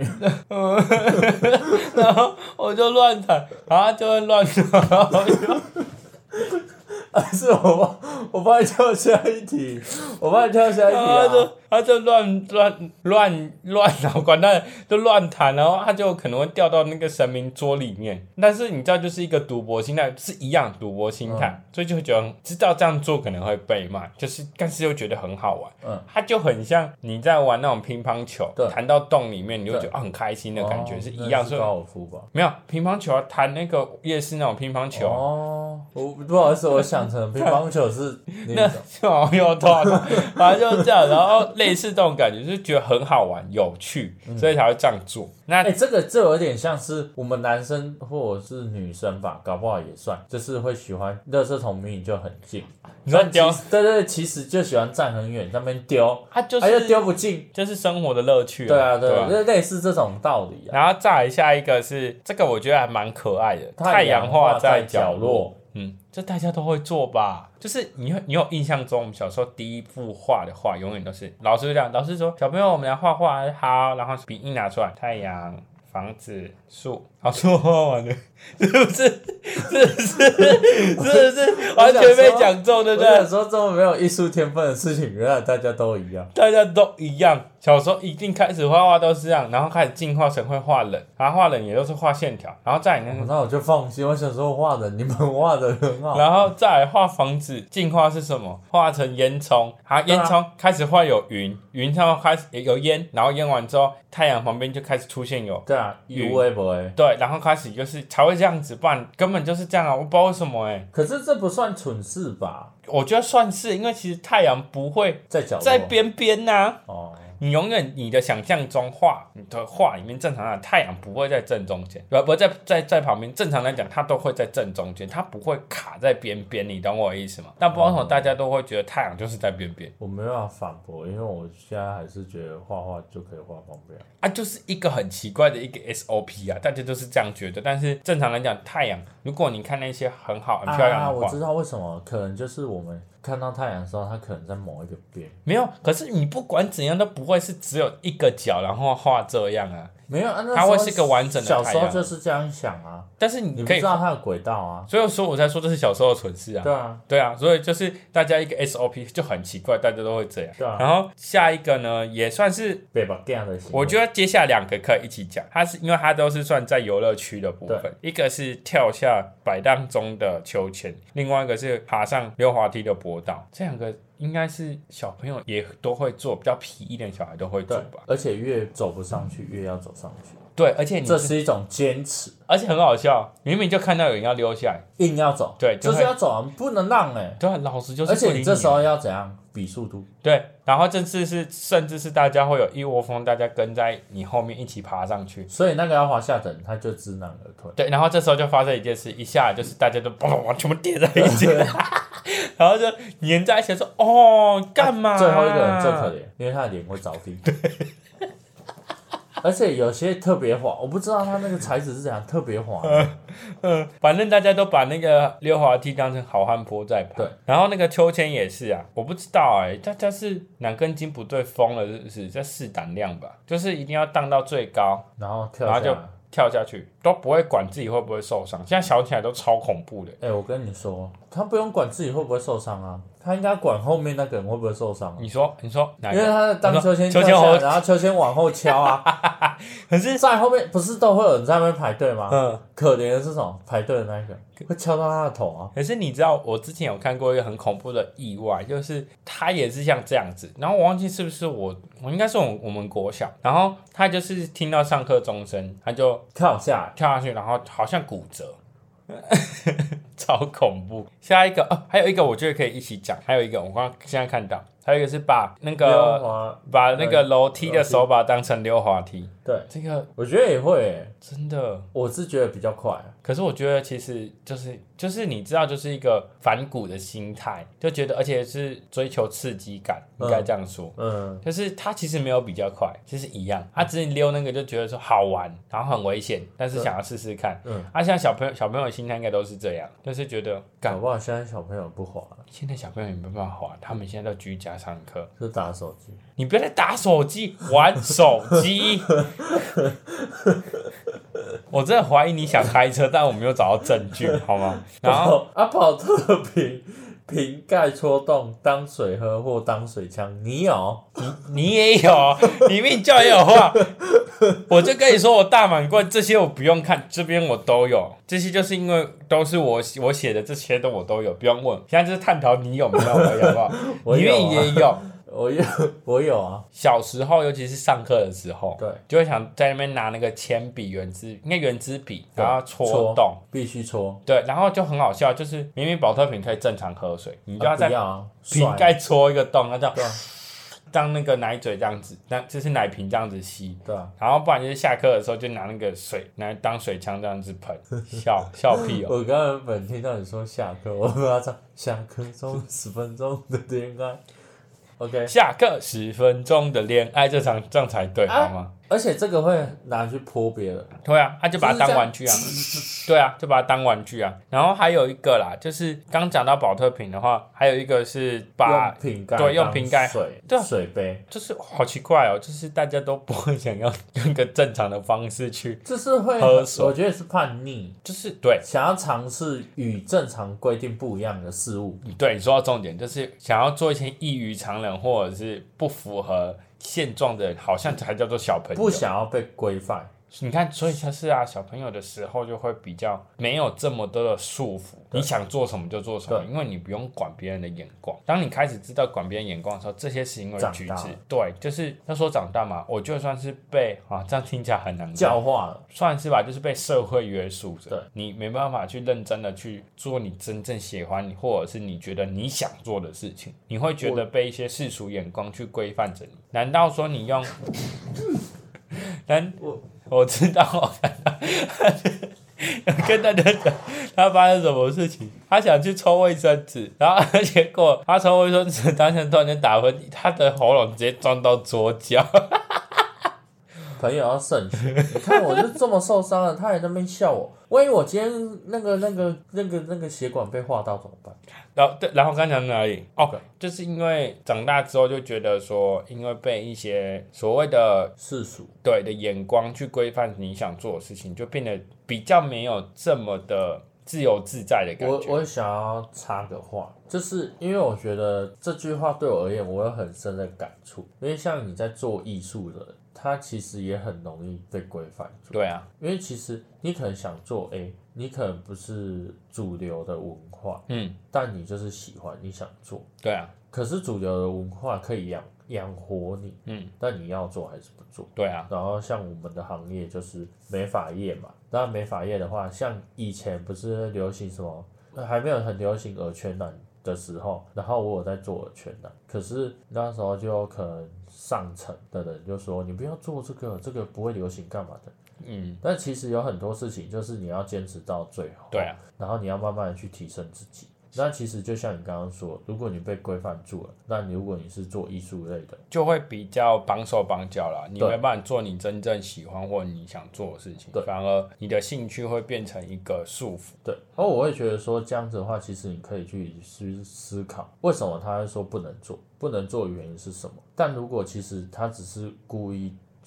然后我就乱弹，然后就会乱弹，然后就。 还是我帮我帮你跳下一题，我帮你跳下一题啊！ 他就他就乱乱乱乱，然后管他就乱弹，然后他就可能会掉到那个神明桌里面。但是你知道，就是一个赌博心态，是一样赌博心态，嗯、所以就会觉得知道这样做可能会被骂，就是但是又觉得很好玩。嗯，他就很像你在玩那种乒乓球，弹到洞里面，你就会觉得、哦、很开心的感觉，哦、是一样。 是高尔夫吧？ 没有乒乓球弹那个夜市那种乒乓球。 哦，我不好意思，我想。乒乓球是那就好有痛，反正就是这样，然后类似这种感觉，就是觉得很好玩、有趣，所以才会这样做。嗯、那哎、欸，这个就有点像是我们男生或者是女生吧，搞不好也算，就是会喜欢垃圾桶明明就很近， 你说丢， 对对，其实就喜欢站很远，那边丢， 他、啊、就是他就丢不进， 就是生活的乐趣、啊。 对啊，对啊， 对啊， 类似这种道理啊。 然后再来下一个是这个，我觉得还蛮可爱的，太阳画在角落。嗯，这大家都会做吧？就是你你有印象中，我们小时候第一幅画的画，永远都是老师就这样，老师说小朋友我们来画画，好，然后笔一拿出来，太阳、房子、树，好，树画完了，是不是？是不是？是不是？完全被讲中，对不对？ 我想说这么没有艺术天分的事情，原来大家都一样， 大家都一样。小时候一定开始画画都是这样，然后开始进化成会画人，然后画人也都是画线条，然后再来、 哦、那我就放心，我小时候画人，你们画的很好。 然后再来画房子，进化是什么？画成烟囱，好，烟囱开始画有云，云上面开始有烟，然后烟完之后，太阳旁边就开始出现有对啊，有诶不诶， 对，然后开始就是才会这样子，不然根本就是这样啊，我不知道为什么诶。 可是这不算蠢事吧？ 我觉得算是，因为其实太阳不会在角落， 在边边呐。 哦。 你永远你的想象中画你的画里面正常的太阳不会在正中间，不不在在在旁边。正常来讲，它都会在正中间，它不会卡在边边。你懂我的意思吗？但不知道为什么大家都会觉得太阳就是在边边。 我没办法反驳，因为我现在还是觉得画画就可以画旁边啊，就是一个很奇怪的一个 S O P 啊，大家都是这样觉得。但是正常来讲，太阳，如果你看那些很好很漂亮的画，啊， 我知道为什么，可能就是我们看到太阳的时候，它可能在某一个边。 没有，可是你不管怎样都不会是只有一个角，然后画这样啊。 没有啊， 它会是个完整的太阳。 小时候就是这样想啊， 但是你可以你不知道它的轨道啊， 所以说我才说这是小时候的蠢事啊。 对啊， 对啊，所以就是大家一个 S O P 就很奇怪，大家都会这样。 对啊。 然后下一个呢，也算是北吧这样的行为。 我觉得接下来两个可以一起讲，它是因为它都是算在游乐区的部分，一个是跳下摆荡中的秋千，另外一个是爬上溜滑梯的坡道，这两个。应该是小朋友也都会做，比较皮一点的小孩都会做吧。 而且越走不上去，越要走上去。 对，而且你这是一种坚持， 而且很好笑，明明就看到有人要溜下来， 硬要走， 对， 就, 就是要走啊，不能让哎、欸。 对，老师就是不理你。 而且你这时候要怎样比速度？ 对，然后这次是甚至是大家会有一窝蜂，大家跟在你后面一起爬上去。 所以那个要滑下等，他就知难而退。 对，然后这时候就发生一件事，一下来就是大家都砰砰砰全部叠在一起。然后就黏在一起说：“哦，干嘛、啊？” 最后一个人最可怜，因为他的脸会着地。而且有些特别滑，我不知道他那个材质是怎样，特别滑。 嗯嗯，反正大家都把那个溜滑梯当成好汉坡在爬。 对， 然后那个秋千也是啊，我不知道哎、欸，大家是哪根筋不对，疯了是不是？在试胆量吧，就是一定要荡到最高， 然后跳下来， 然后就跳下去，都不会管自己会不会受伤。现在想起来都超恐怖的。 哎、欸，我跟你说，他不用管自己会不会受伤啊，他应该管后面那个人会不会受伤、啊。 你说，你说哪一个？ 因为他当秋千秋千后， 然后秋千往后敲啊。 可是在后面不是都会有人在那边排队吗？ 嗯， 可怜的是什么？排队的那一个会敲到他的头啊。 可是你知道，我之前有看过一个很恐怖的意外，就是他也是像这样子，然后我忘记是不是我，我应该是我们我们国小，然后他就是听到上课钟声，他就跳下来， 跳下去，然后好像骨折。超恐怖！下一个哦，还有一个我觉得可以一起讲，还有一个我刚刚现在看到，还有一个是把那个把那个楼梯的手把当成溜滑梯。 对， 这个我觉得也会耶， 真的， 我是觉得比较快。 可是我觉得其实就是就是你知道，就是一个反骨的心态，就觉得而且是追求刺激感，应该这样说。嗯，就是他其实没有比较快，其实一样，他只是溜那个就觉得说好玩，然后很危险，但是想要试试看。嗯，啊，现在小朋友小朋友的心态应该都是这样，就是觉得搞不好现在小朋友不滑了， 现在小朋友也没办法滑，他们现在都居家上课， 就打手机。 你不要再打手机，玩手机。我真的怀疑你想开车，但我没有找到证据，好吗？然后啊，保特瓶瓶盖戳洞当水喝或当水枪，你有？ 你你也有，里面叫也有画。我就跟你说，我大满贯这些我不用看，这边我都有。这些就是因为都是我我写的，这些都我都有，不用问。现在就是探讨你有没有而已，好不好？ 我有、啊， 里面也有。 我有，我有啊。 小时候，尤其是上课的时候， 对， 就会想在那边拿那个铅笔、圆珠，应该圆珠笔，然后戳洞， 必须戳。 对，然后就很好笑，就是明明保特瓶可以正常喝水，你就要在瓶盖啊戳一个洞，那这样，当那个奶嘴这样子，那就是奶瓶这样子吸。 对啊。 然后不然就是下课的时候就拿那个水拿来当水枪这样子喷，笑笑屁哦！ 我刚刚本听到你说下课，我不要唱下课中十分钟的恋爱。OK， 下课十分钟的恋爱，这场这样才对，啊、好吗？ 而且这个会拿去泼别人。 对啊，他、啊、就把它当玩具啊。对啊，就把它当玩具啊。然后还有一个啦，就是刚讲到保特瓶的话，还有一个是把用瓶盖对用瓶盖水对水杯， 就是好奇怪哦，就是大家都不会想要用一个正常的方式去， 就是会喝水。 我觉得是叛逆， 就是对想要尝试与正常规定不一样的事物。 对，你说到重点，就是想要做一些异于常人或者是不符合现状的人，好像才叫做小朋友。 不想要被规范。 你看，所以就是啊，小朋友的时候就会比较没有这么多的束缚，你想做什么就做什么，因为你不用管别人的眼光。当你开始知道管别人眼光的时候，这些行为举止，对，就是要说长大嘛，我就算是被啊，这样听起来很难教化了， 算是吧，就是被社会约束着，你没办法去认真的去做你真正喜欢你或者是你觉得你想做的事情，你会觉得被一些世俗眼光去规范着你。难道说你用？但我我知道，我看到跟大家讲他发生什么事情，他想去抽卫生纸，然后结果他抽卫生纸当下突然间打喷嚏，他的喉咙直接撞到桌角。 朋友要慎选，你看我就这么受伤了，他还在那边笑我，万一我今天那个那个那个那个血管被划到怎么办？ 然后对，然后刚讲哪里？哦，就是因为长大之后就觉得说，因为被一些所谓的世俗对的眼光去规范你想做的事情，就变得比较没有这么的自由自在的感觉。 我我想要插个话，就是因为我觉得这句话对我而言，我有很深的感触。因为像你在做艺术的人，他其实也很容易被规范住。 对啊， 因为其实你可能想做 A， 你可能不是主流的文化，嗯，但你就是喜欢，你想做。 对啊。 可是主流的文化可以养养活你，嗯，但你要做还是不做？ 对啊。 然后像我们的行业就是美发业嘛，当然美发业的话，像以前不是流行什么，还没有很流行耳圈男的时候，然后我有在做耳圈男，可是那时候就有可能上层的人就说你不要做这个，这个不会流行干嘛的。嗯，但其实有很多事情就是你要坚持到最后， 对啊， 然后你要慢慢的去提升自己。那其实就像你刚刚说，如果你被规范住了，那你如果你是做艺术类的， 就会比较绑手绑脚啦，你没办法做你真正喜欢或你想做的事情，反而你的兴趣会变成一个束缚。 对，然后我会觉得说这样子的话，其实你可以去思思考，为什么他会说不能做，不能做的原因是什么？但如果其实他只是故意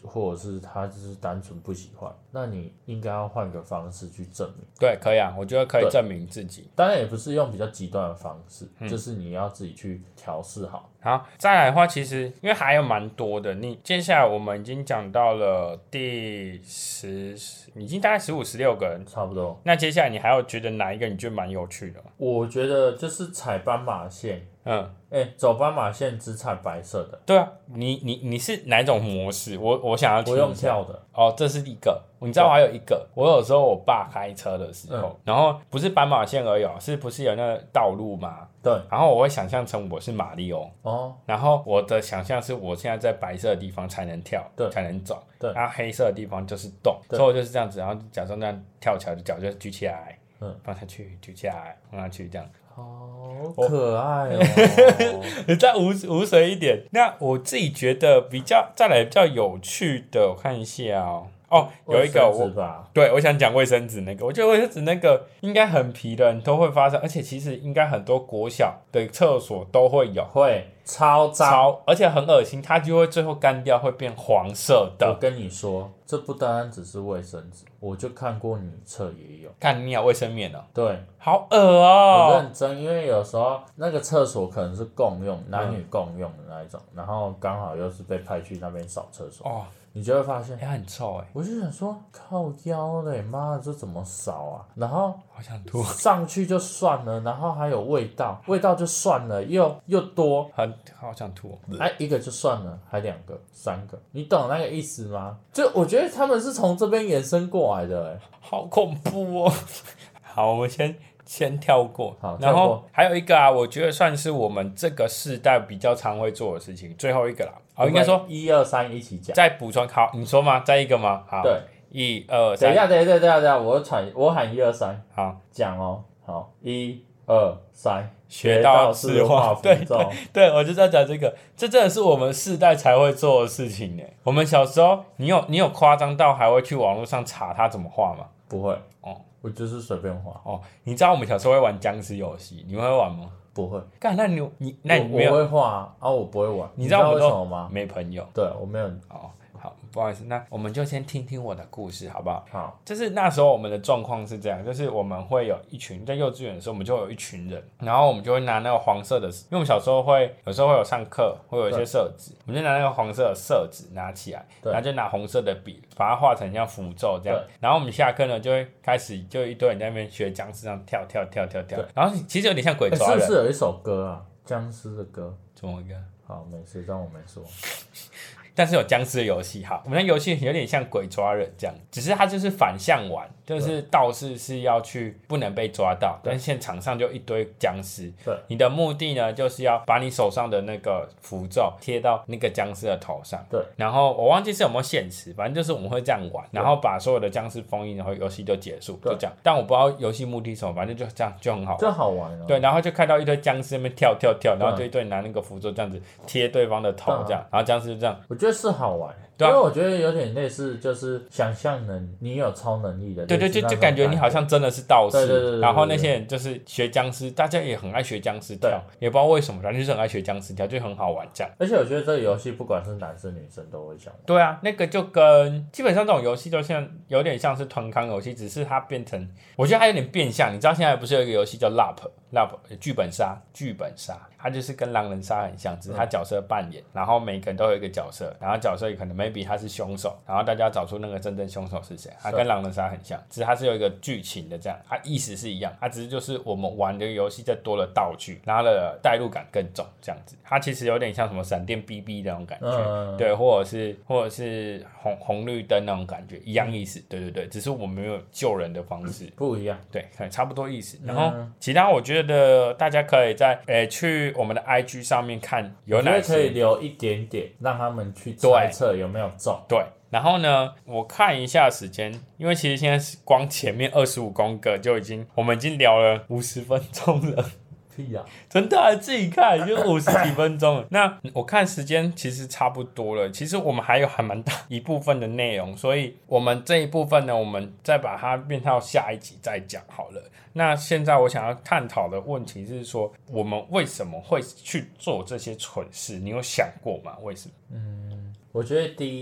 或者是他就是单纯不喜欢，那你应该要换个方式去证明。 对，可以啊，我觉得可以证明自己。 当然也不是用比较极端的方式，嗯、就是你要自己去调试好。 好，再来的话，其实因为还有蛮多的，你接下来我们已经讲到了第十，已经大概十五、十六个人， 差不多。 那接下来你还要觉得哪一个你觉得蛮有趣的吗？ 我觉得就是踩斑马线。 嗯， 哎、欸，走斑马线只踩白色的。 对啊，你你你是哪一种模式？我我想要听一下。 我用跳的。 哦，这是一个。你知道我还有一个，我有时候我爸开车的时候，嗯、然后不是斑马线而已，是不是有那个道路嘛？ 对。 然后我会想象成我是马里奥。 哦。 然后我的想象是我现在在白色的地方才能跳， 对， 才能走。 对。 然后黑色的地方就是动，所以我就是这样子，然后假装这样跳起来，脚就举起来，嗯，放下去，举起来，放下去，这样。 好可爱哦！ 你再无无水一点。那我自己觉得比较再来比较有趣的，我看一下哦。哦，有一个我，对，我想讲卫生纸那个，我觉得卫生纸那个应该很皮的人都会发生，而且其实应该很多国小的厕所都会有， 会超脏， 超，而且很恶心，它就会最后干掉，会变黄色的。 我跟你说，这不单单只是卫生纸，我就看过女厕也有， 看你有卫生棉哦， 对， 好恶哦， 我认真，因为有时候那个厕所可能是共用，男女共用的那一种，嗯、然后刚好又是被派去那边扫厕所，哦。你就会发现它、欸、很臭哎、欸， 我就想说靠腰嘞，妈的这怎么扫啊？然后好想吐， 上去就算了，然后还有味道，味道就算了，又又多， 很好想吐。 哎，一个就算了，还两个、三个，你懂那个意思吗？就我觉得他们是从这边延伸过来的，哎， 好恐怖哦。好，我们先。先跳过， 好， 然后还有一个啊，我觉得算是我们这个世代比较常会做的事情，最后一个啦。哦，应该说一二三一起讲， 再补充。好，你说吗？再一个吗？好， 对， 一二三。 等一下，等一下，等一下，等一下，我喊，我喊一二三， 好， 讲哦，好，一二三， 学到四化符咒。对对对，我就在讲这个，这真的是我们世代才会做的事情呢。我们小时候，你有你有夸张到还会去网络上查它怎么画吗？ 不会，哦。我就是随便画哦，你知道我们小时候会玩僵尸游戏，你们会玩吗？ 不会。 干，那你你那你没有？ 我会画啊，啊我不会玩。 你知道为什么吗？ 没朋友。 对，我没有。 哦，好，不好意思，那我们就先听听我的故事，好不好？ 好。 就是那时候我们的状况是这样，就是我们会有一群在幼稚园的时候，我们就会有一群人，然后我们就会拿那个黄色的，因为我们小时候会有时候会有上课，会有一些色纸，我们就拿那个黄色的色纸拿起来，然后就拿红色的笔把它画成像符咒这样，然后我们下课呢就会开始就一堆人在那边学僵尸这样跳跳跳跳跳，然后其实有点像鬼抓人。 欸、是不是有一首歌啊？僵尸的歌？ 怎么歌？ 好，没事，当我没说。 但是有僵尸的游戏，好，我们的游戏有点像鬼抓人这样，只是它就是反向玩，就是道士是要去不能被抓到，但是现场上就一堆僵尸。对，你的目的呢，就是要把你手上的那个符咒贴到那个僵尸的头上。对，然后我忘记是有没有限时，反正就是我们会这样玩，然后把所有的僵尸封印，然后游戏就结束，就这样。但我不知道游戏目的是什么，反正就这样就很好玩， 就好玩哦。 对，然后就看到一堆僵尸在那边跳跳跳，然后就一堆拿那个符咒这样子贴对方的头，这样，然后僵尸就这样。 我觉得是好玩。对啊，因为我觉得有点类似，就是想象能你有超能力的， 对对，就就感觉你好像真的是道士， 对对 对, 对, 对, 对。 然后那些人就是学僵尸，大家也很爱学僵尸跳，也不知道为什么，反正就是很爱学僵尸跳，就很好玩这样。 而且我觉得这个游戏不管是男生女生都会想玩。 对啊，那个就跟基本上这种游戏都像有点像是团康游戏，只是它变成，我觉得它有点变相。你知道现在不是有一个游戏叫 L A P L A P 剧本杀，剧本杀，它就是跟狼人杀很像，只是它角色扮演，然后每个人都有一个角色，然后角色可能 maybe 他是凶手，然后大家找出那个真正凶手是谁，它跟狼人杀很像，只是它是有一个剧情的这样，它意思是一样，它只是就是我们玩的游戏再多了道具，然后的代入感更重这样子。它其实有点像什么闪电 B B 的那种感觉，嗯、对，或者是或者是红红绿灯那种感觉，一样意思，对对对，只是我们没有救人的方式， 不一样， 对，差不多意思。然后其他我觉得大家可以在诶去我们的 I G 上面看有哪些， 可以留一点点，让他们去猜测有没有中。 对。然后呢，我看一下时间，因为其实现在是光前面二十五公个就已经，我们已经聊了五十分钟了。 屁啊！ 真的、啊，自己看就五十几分钟了。那我看时间其实差不多了，其实我们还有还蛮大一部分的内容，所以我们这一部分呢，我们再把它变到下一集再讲好了。那现在我想要探讨的问题是说，我们为什么会去做这些蠢事？你有想过吗？为什么？ 嗯，我觉得第一。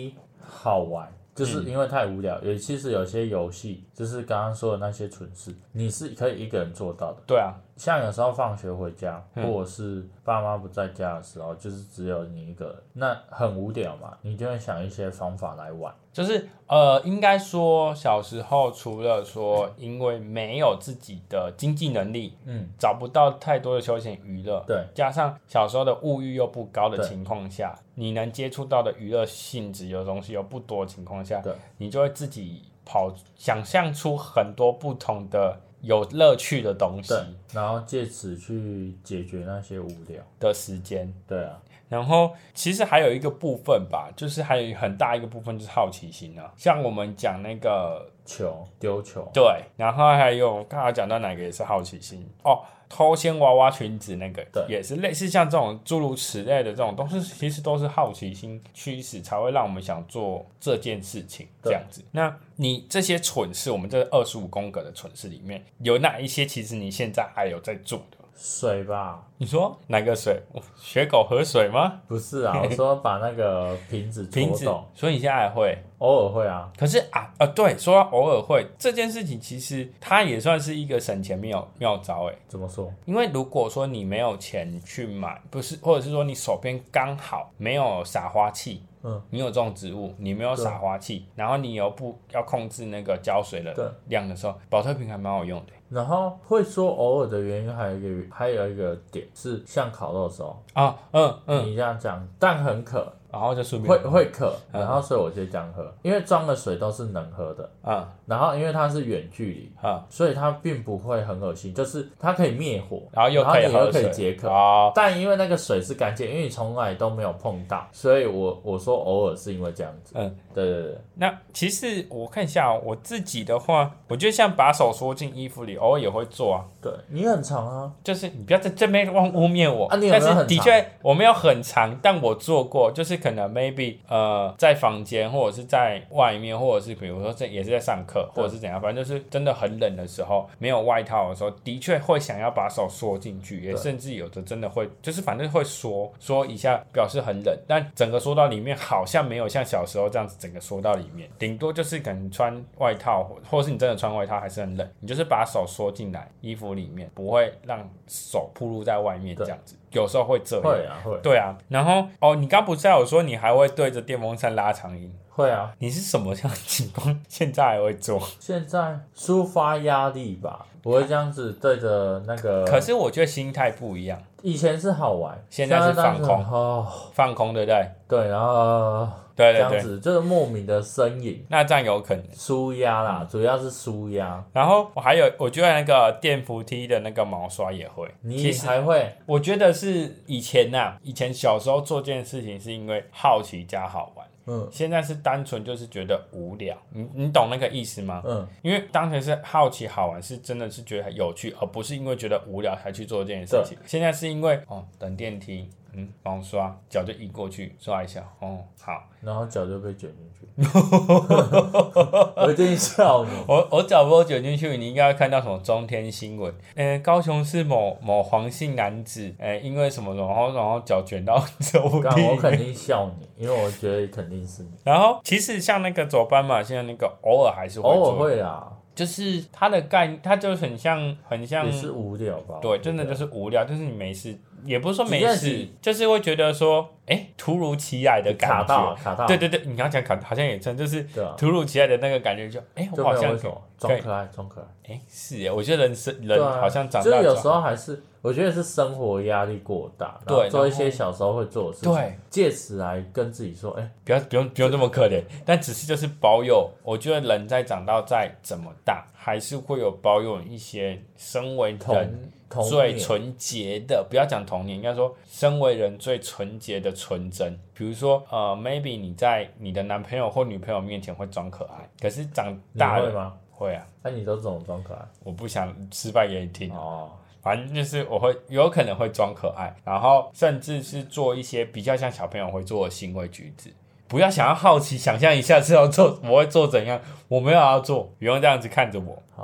好玩。就是因为太无聊，有、嗯、其实有些游戏，就是刚刚说的那些蠢事，你是可以一个人做到的。 对啊， 像有时候放学回家， 嗯、 或者是爸妈不在家的时候，就是只有你一个人，那很无聊嘛，你就会想一些方法来玩。 就是呃，应该说小时候除了说因为没有自己的经济能力，嗯，找不到太多的休闲娱乐， 对， 加上小时候的物欲又不高的情况下，你能接触到的娱乐性质有东西又不多的情况下， 对， 你就会自己跑想象出很多不同的有乐趣的东西， 然后借此去解决那些无聊的时间。 对啊。 然后其实还有一个部分吧，就是还有很大一个部分就是好奇心啊，像我们讲那个球丢球， 对，然后还有刚才讲到哪个也是好奇心哦，偷掀娃娃裙子那个也是类似像这种诸如此类的这种东西，其实都是好奇心驱使才会让我们想做这件事情这样子。那你这些蠢事，我们这二十五宫格的蠢事里面有哪一些其实你现在还有在做的？ 水吧？ 你说哪个水？学狗喝水吗？ 不是啊，我说把那个瓶子戳动。 所以你现在还会？ 偶尔会啊。 可是啊，呃，对，说到偶尔会这件事情，其实它也算是一个省钱妙妙招诶。 怎么说？ 因为如果说你没有钱去买，不是，或者是说你手边刚好没有撒花器。嗯，你有这种植物，你没有撒花器，然后你又不要控制那个浇水的量的时候，保特瓶还蛮好用的。 然后会说偶尔的原因还有一个还有一个点是像烤肉的时候啊，嗯嗯， 你这样讲，但很渴， 然后就顺便会会渴，然后所以我就这样喝，因为装的水都是能喝的，嗯，然后因为它是远距离，嗯，所以它并不会很恶心，就是它可以灭火， 然后又可以喝水， 然后你又可以解渴，哦，但因为那个水是干净，因为你从来都没有碰到，所以我我说偶尔是因为这样子，嗯，对对对。 那其实我看一下，哦，我自己的话，我觉得像把手缩进衣服里，偶尔也会做啊。 对，你很长啊， 就是你不要在这边忘污蔑我啊，你有没有很长？ 但是的确我没有很长，但我做过，就是可能 maybe 呃在房间或者是在外面，或者是比如说这也是在上课，或者是怎样，反正就是真的很冷的时候，没有外套的时候，的确会想要把手缩进去，也甚至有的真的会，就是反正会缩缩一下，表示很冷，但整个缩到里面好像没有像小时候这样子整个缩到里面，顶多就是可能穿外套，或者是你真的穿外套还是很冷，你就是把手缩进来衣服里面，不会让手暴露在外面这样子。有时候会这样， 会啊会， 对啊。然后哦，你刚不是有说你还会对着电风扇拉长音？ 会啊。 你是什么样的情况？现在还会做？ 现在抒发压力吧，我会这样子对着那个。 可是我觉得心态不一样。 以前是好玩， 现在是放空， 哦， 放空，对不对？ 对，然后对对对， 这样子就是莫名的呻吟。 那这样有可能舒压啦，主要是舒压。 然后我还有，我觉得那个电扶梯的那个毛刷也会。 你还会？ 我觉得是以前呐、啊，以前小时候做这件事情是因为好奇加好玩。嗯，现在是单纯就是觉得无聊，你你懂那个意思吗？嗯，因为当时是好奇好玩，是真的是觉得有趣，而不是因为觉得无聊才去做这件事情。现在是因为哦等电梯，嗯，帮我刷，脚就移过去刷一下，哦好， 然后脚就被卷进去。我一定笑你。 我我脚不卷进去，你应该会看到什么中天新闻？呃，高雄市某某黄姓男子，呃，因为什么什么，然后然后脚卷到走不进。 我肯定笑你，因为我觉得肯定是你。 然后其实像那个走斑马线那个，偶尔还是会做， 偶尔会啦。 就是它的概念，它就很像很像， 也是无聊吧？ 对，真的就是无聊，就是你没事，也不是说没事，就是会觉得说，哎、欸，突如其来的感觉， 卡到卡到， 对对对，你刚讲卡，好像也真就是突如其来的那个感觉就，哎、欸，我好像装可爱，装可爱， 哎、欸，是耶，我觉得人生人好像长大， 就是有时候还是。我觉得是生活压力过大，然后做一些小时候会做的事情，对，借此来跟自己说，哎、欸， 不要不用不用这么可怜，但只是就是保有，我觉得人在长到再怎么大，还是会有保有一些身为人最纯洁的，不要讲童年，应该说身为人最纯洁的纯真。比如说，呃 ，maybe 你在你的男朋友或女朋友面前会装可爱，可是长大了你会吗？ 会啊。 那、啊、你都怎么装可爱？ 我不想失败给你听哦。反正就是我会有可能会装可爱，然后甚至是做一些比较像小朋友会做的行为举止。不要想要好奇，想象一下是要做，我会做怎样，我没有要做，不用这样子看着我。哦，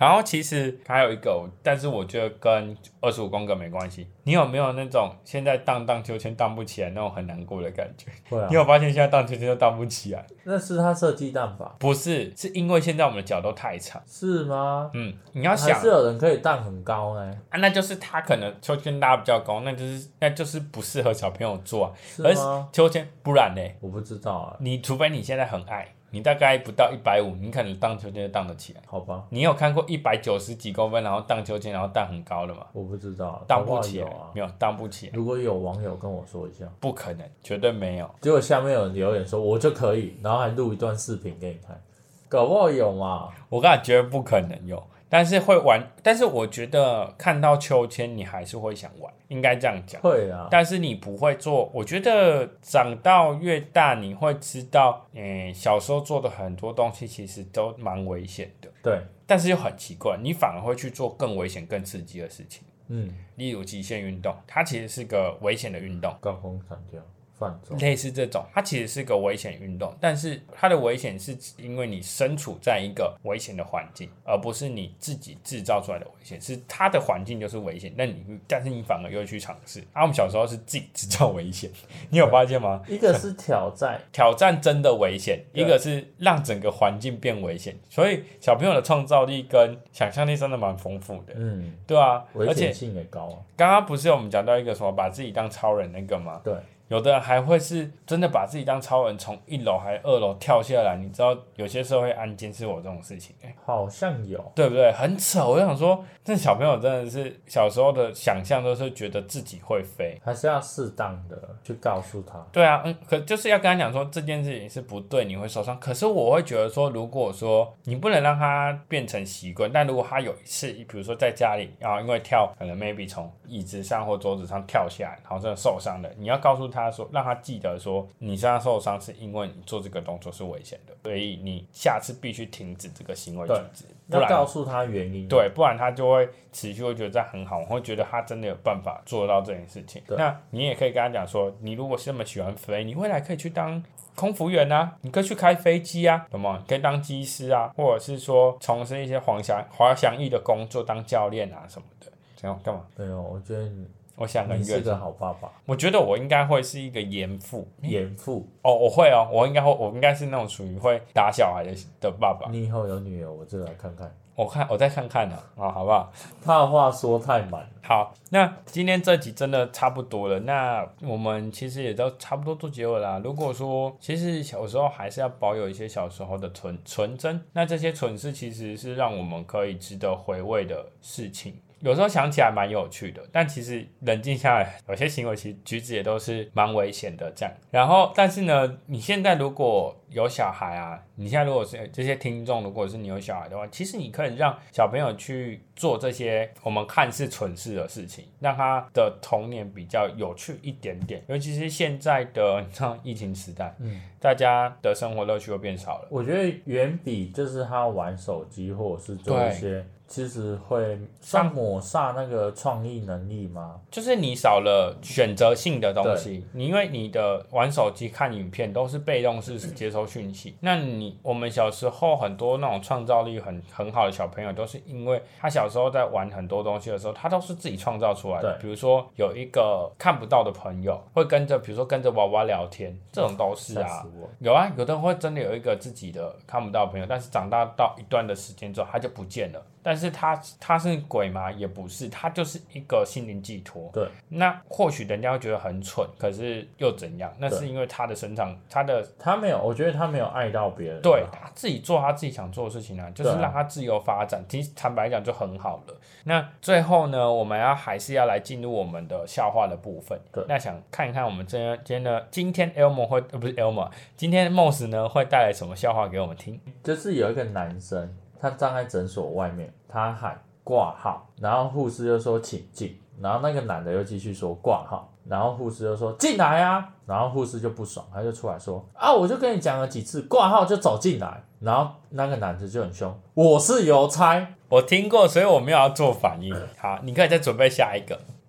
然后其实还有一个，但是我觉得跟二十五公格没关系。你有没有那种现在荡荡秋千荡不起来那种很难过的感觉？ 会啊。 你有发现现在荡秋千都荡不起来？ 那是他设计荡法？ 不是，是因为现在我们的脚都太长。 是吗？ 嗯，你要想， 还是有人可以荡很高呢？ 啊，那就是他可能秋千拉比较高，那就是那就是不适合小朋友做啊。 是吗？ 而秋千不然呢？ 我不知道啊。 你除非你现在很矮。你大概不到一百五，你可能荡秋千就荡得起来。 好吧。 你有看过一百九十几公分，然后荡秋千，然后荡很高的吗？ 我不知道， 荡不起来啊， 没有荡不起来。 如果有网友跟我说一下， 不可能，绝对没有。 结果下面有人留言说我就可以，然后还录一段视频给你看，搞不好有嘛？ 我刚才觉得不可能有。但是会玩，但是我觉得看到秋千你还是会想玩，应该这样讲。 会啊， 但是你不会做。我觉得长到越大，你会知道，嗯，小时候做的很多东西其实都蛮危险的。 对。 但是又很奇怪，你反而会去做更危险、更刺激的事情。 嗯， 例如极限运动，它其实是个危险的运动。 高空弹跳。 类似这种，它其实是个危险运动，但是它的危险是因为你身处在一个危险的环境，而不是你自己制造出来的危险，是它的环境就是危险，但你但是你反而又去尝试。啊，我们小时候是自己制造危险，你有发现吗？ 一个是挑战， 挑战真的危险，一个是让整个环境变危险，所以小朋友的创造力跟想象力真的蛮丰富的， 嗯， 对啊， 危险性也高啊。 刚刚不是我们讲到一个什么把自己当超人那个吗？ 对。 有的人还会是真的把自己当超人，从一楼还二楼跳下来。你知道有些社会案件是有这种事情、欸、 好像有， 对不对？很扯。我想说，这小朋友真的是小时候的想象都是觉得自己会飞， 还是要适当的去告诉他。 对啊，嗯，可就是要跟他讲说这件事情是不对，你会受伤。可是我会觉得说，如果说你不能让他变成习惯，但如果他有一次，比如说在家里啊，因为跳可能 maybe 从椅子上或桌子上跳下来，然后真的受伤了，你要告诉他。他说，让他记得说，你现在受伤是因为你做这个动作是危险的，所以你下次必须停止这个行为举止，不然要告诉他原因。 对，不然他就会持续会觉得这样很好，我会觉得他真的有办法做到这件事情。那你也可以跟他讲说，你如果是这么喜欢飞，你未来可以去当空服员啊，你可以去开飞机啊，有没有？你可以当机师啊，或者是说从事一些滑翔滑翔翼的工作，当教练啊什么的。这样干嘛？ 没有，我觉得你。 我想很远， 你是个好爸爸。 我觉得我应该会是一个严父。 严父哦，我会哦，我应该会，我应该是那种属于会打小孩的的爸爸。 你以后有女儿，我就来看看。 我看，我再看看呢、啊，啊，好不好？ 怕话说太满。 好，那今天这集真的差不多了，那我们其实也都差不多做结尾啦。如果说其实小时候还是要保有一些小时候的纯纯真，那这些蠢事其实是让我们可以值得回味的事情。有时候想起来蛮有趣的，但其实冷静下来，有些行为其实举止也都是蛮危险的这样。然后，但是呢，你现在如果有小孩啊，你现在如果是这些听众，如果是你有小孩的话，其实你可以让小朋友去做这些我们看似蠢事的事情，让他的童年比较有趣一点点。尤其是现在的你知道疫情时代，嗯，大家的生活乐趣又变少了。 我觉得远比就是他玩手机或者是做一些。其实会算抹煞那个创意能力吗？ 就是你少了选择性的东西，你因为你的玩手机看影片都是被动式接收讯息，那你我们小时候很多那种创造力很很好的小朋友，都是因为他小时候在玩很多东西的时候，他都是自己创造出来的。比如说有一个看不到的朋友会跟着，比如说跟着娃娃聊天，这种都是啊，有啊，有的人会真的有一个自己的看不到的朋友，但是长大到一段的时间之后，他就不见了。但是他他是鬼吗？也不是，他就是一个心灵寄托。 对， 那或许人家会觉得很蠢，可是又怎样？那是因为他的身上，他的他没有，我觉得他没有爱到别人。 对，他自己做他自己想做的事情啊，就是让他自由发展。其实坦白讲就很好了。那最后呢，我们要还是要来进入我们的笑话的部分。 对， 那想看一看我们今天今天呢，今天 Elmo 会呃不是 Elmo， 今天 Moss 呢会带来什么笑话给我们听？ 就是有一个男生。他站在诊所外面，他喊挂号，然后护士就说请进，然后那个男的又继续说挂号，然后护士就说进来啊，然后护士就不爽，他就出来说啊，我就跟你讲了几次，挂号就走进来，然后那个男的就很凶，我是邮差， 我听过，所以我没有要做反应。好，你可以再准备下一个。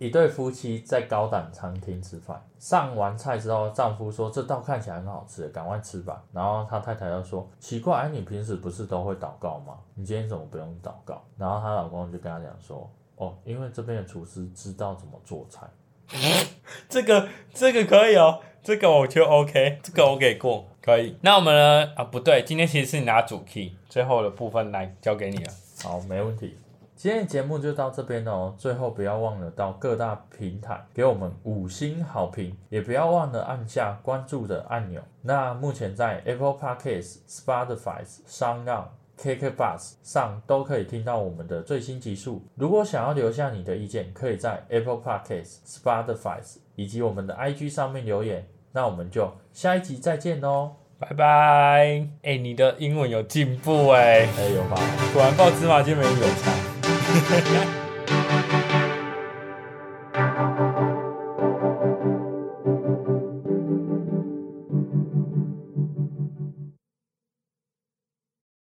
一对夫妻在高档餐厅吃饭，上完菜之后，丈夫说这道看起来很好吃，赶快吃吧。然后他太太就说奇怪，哎，你平时不是都会祷告吗？你今天怎么不用祷告？然后她老公就跟她讲说，哦，因为这边的厨师知道怎么做菜。 这个这个可以哦，这个我觉得 OK， 这个我给过，可以。那我们呢？啊，不对，今天其实是你拿主 key， 最后的部分来交给你了。 好，没问题。今天的节目就到这边哦，最后不要忘了到各大平台给我们五星好评，也不要忘了按下关注的按钮。那目前在 Apple Podcast、Spotify、SoundOn、K K B O X 上都可以听到我们的最新集数。如果想要留下你的意见，可以在 Apple Podcast、Spotify 以及我们的 I G 上面留言。那我们就下一集再见哦， 拜拜！哎、欸，你的英文有进步哎、欸， 哎，有吧？ 果然爆芝麻就没有差。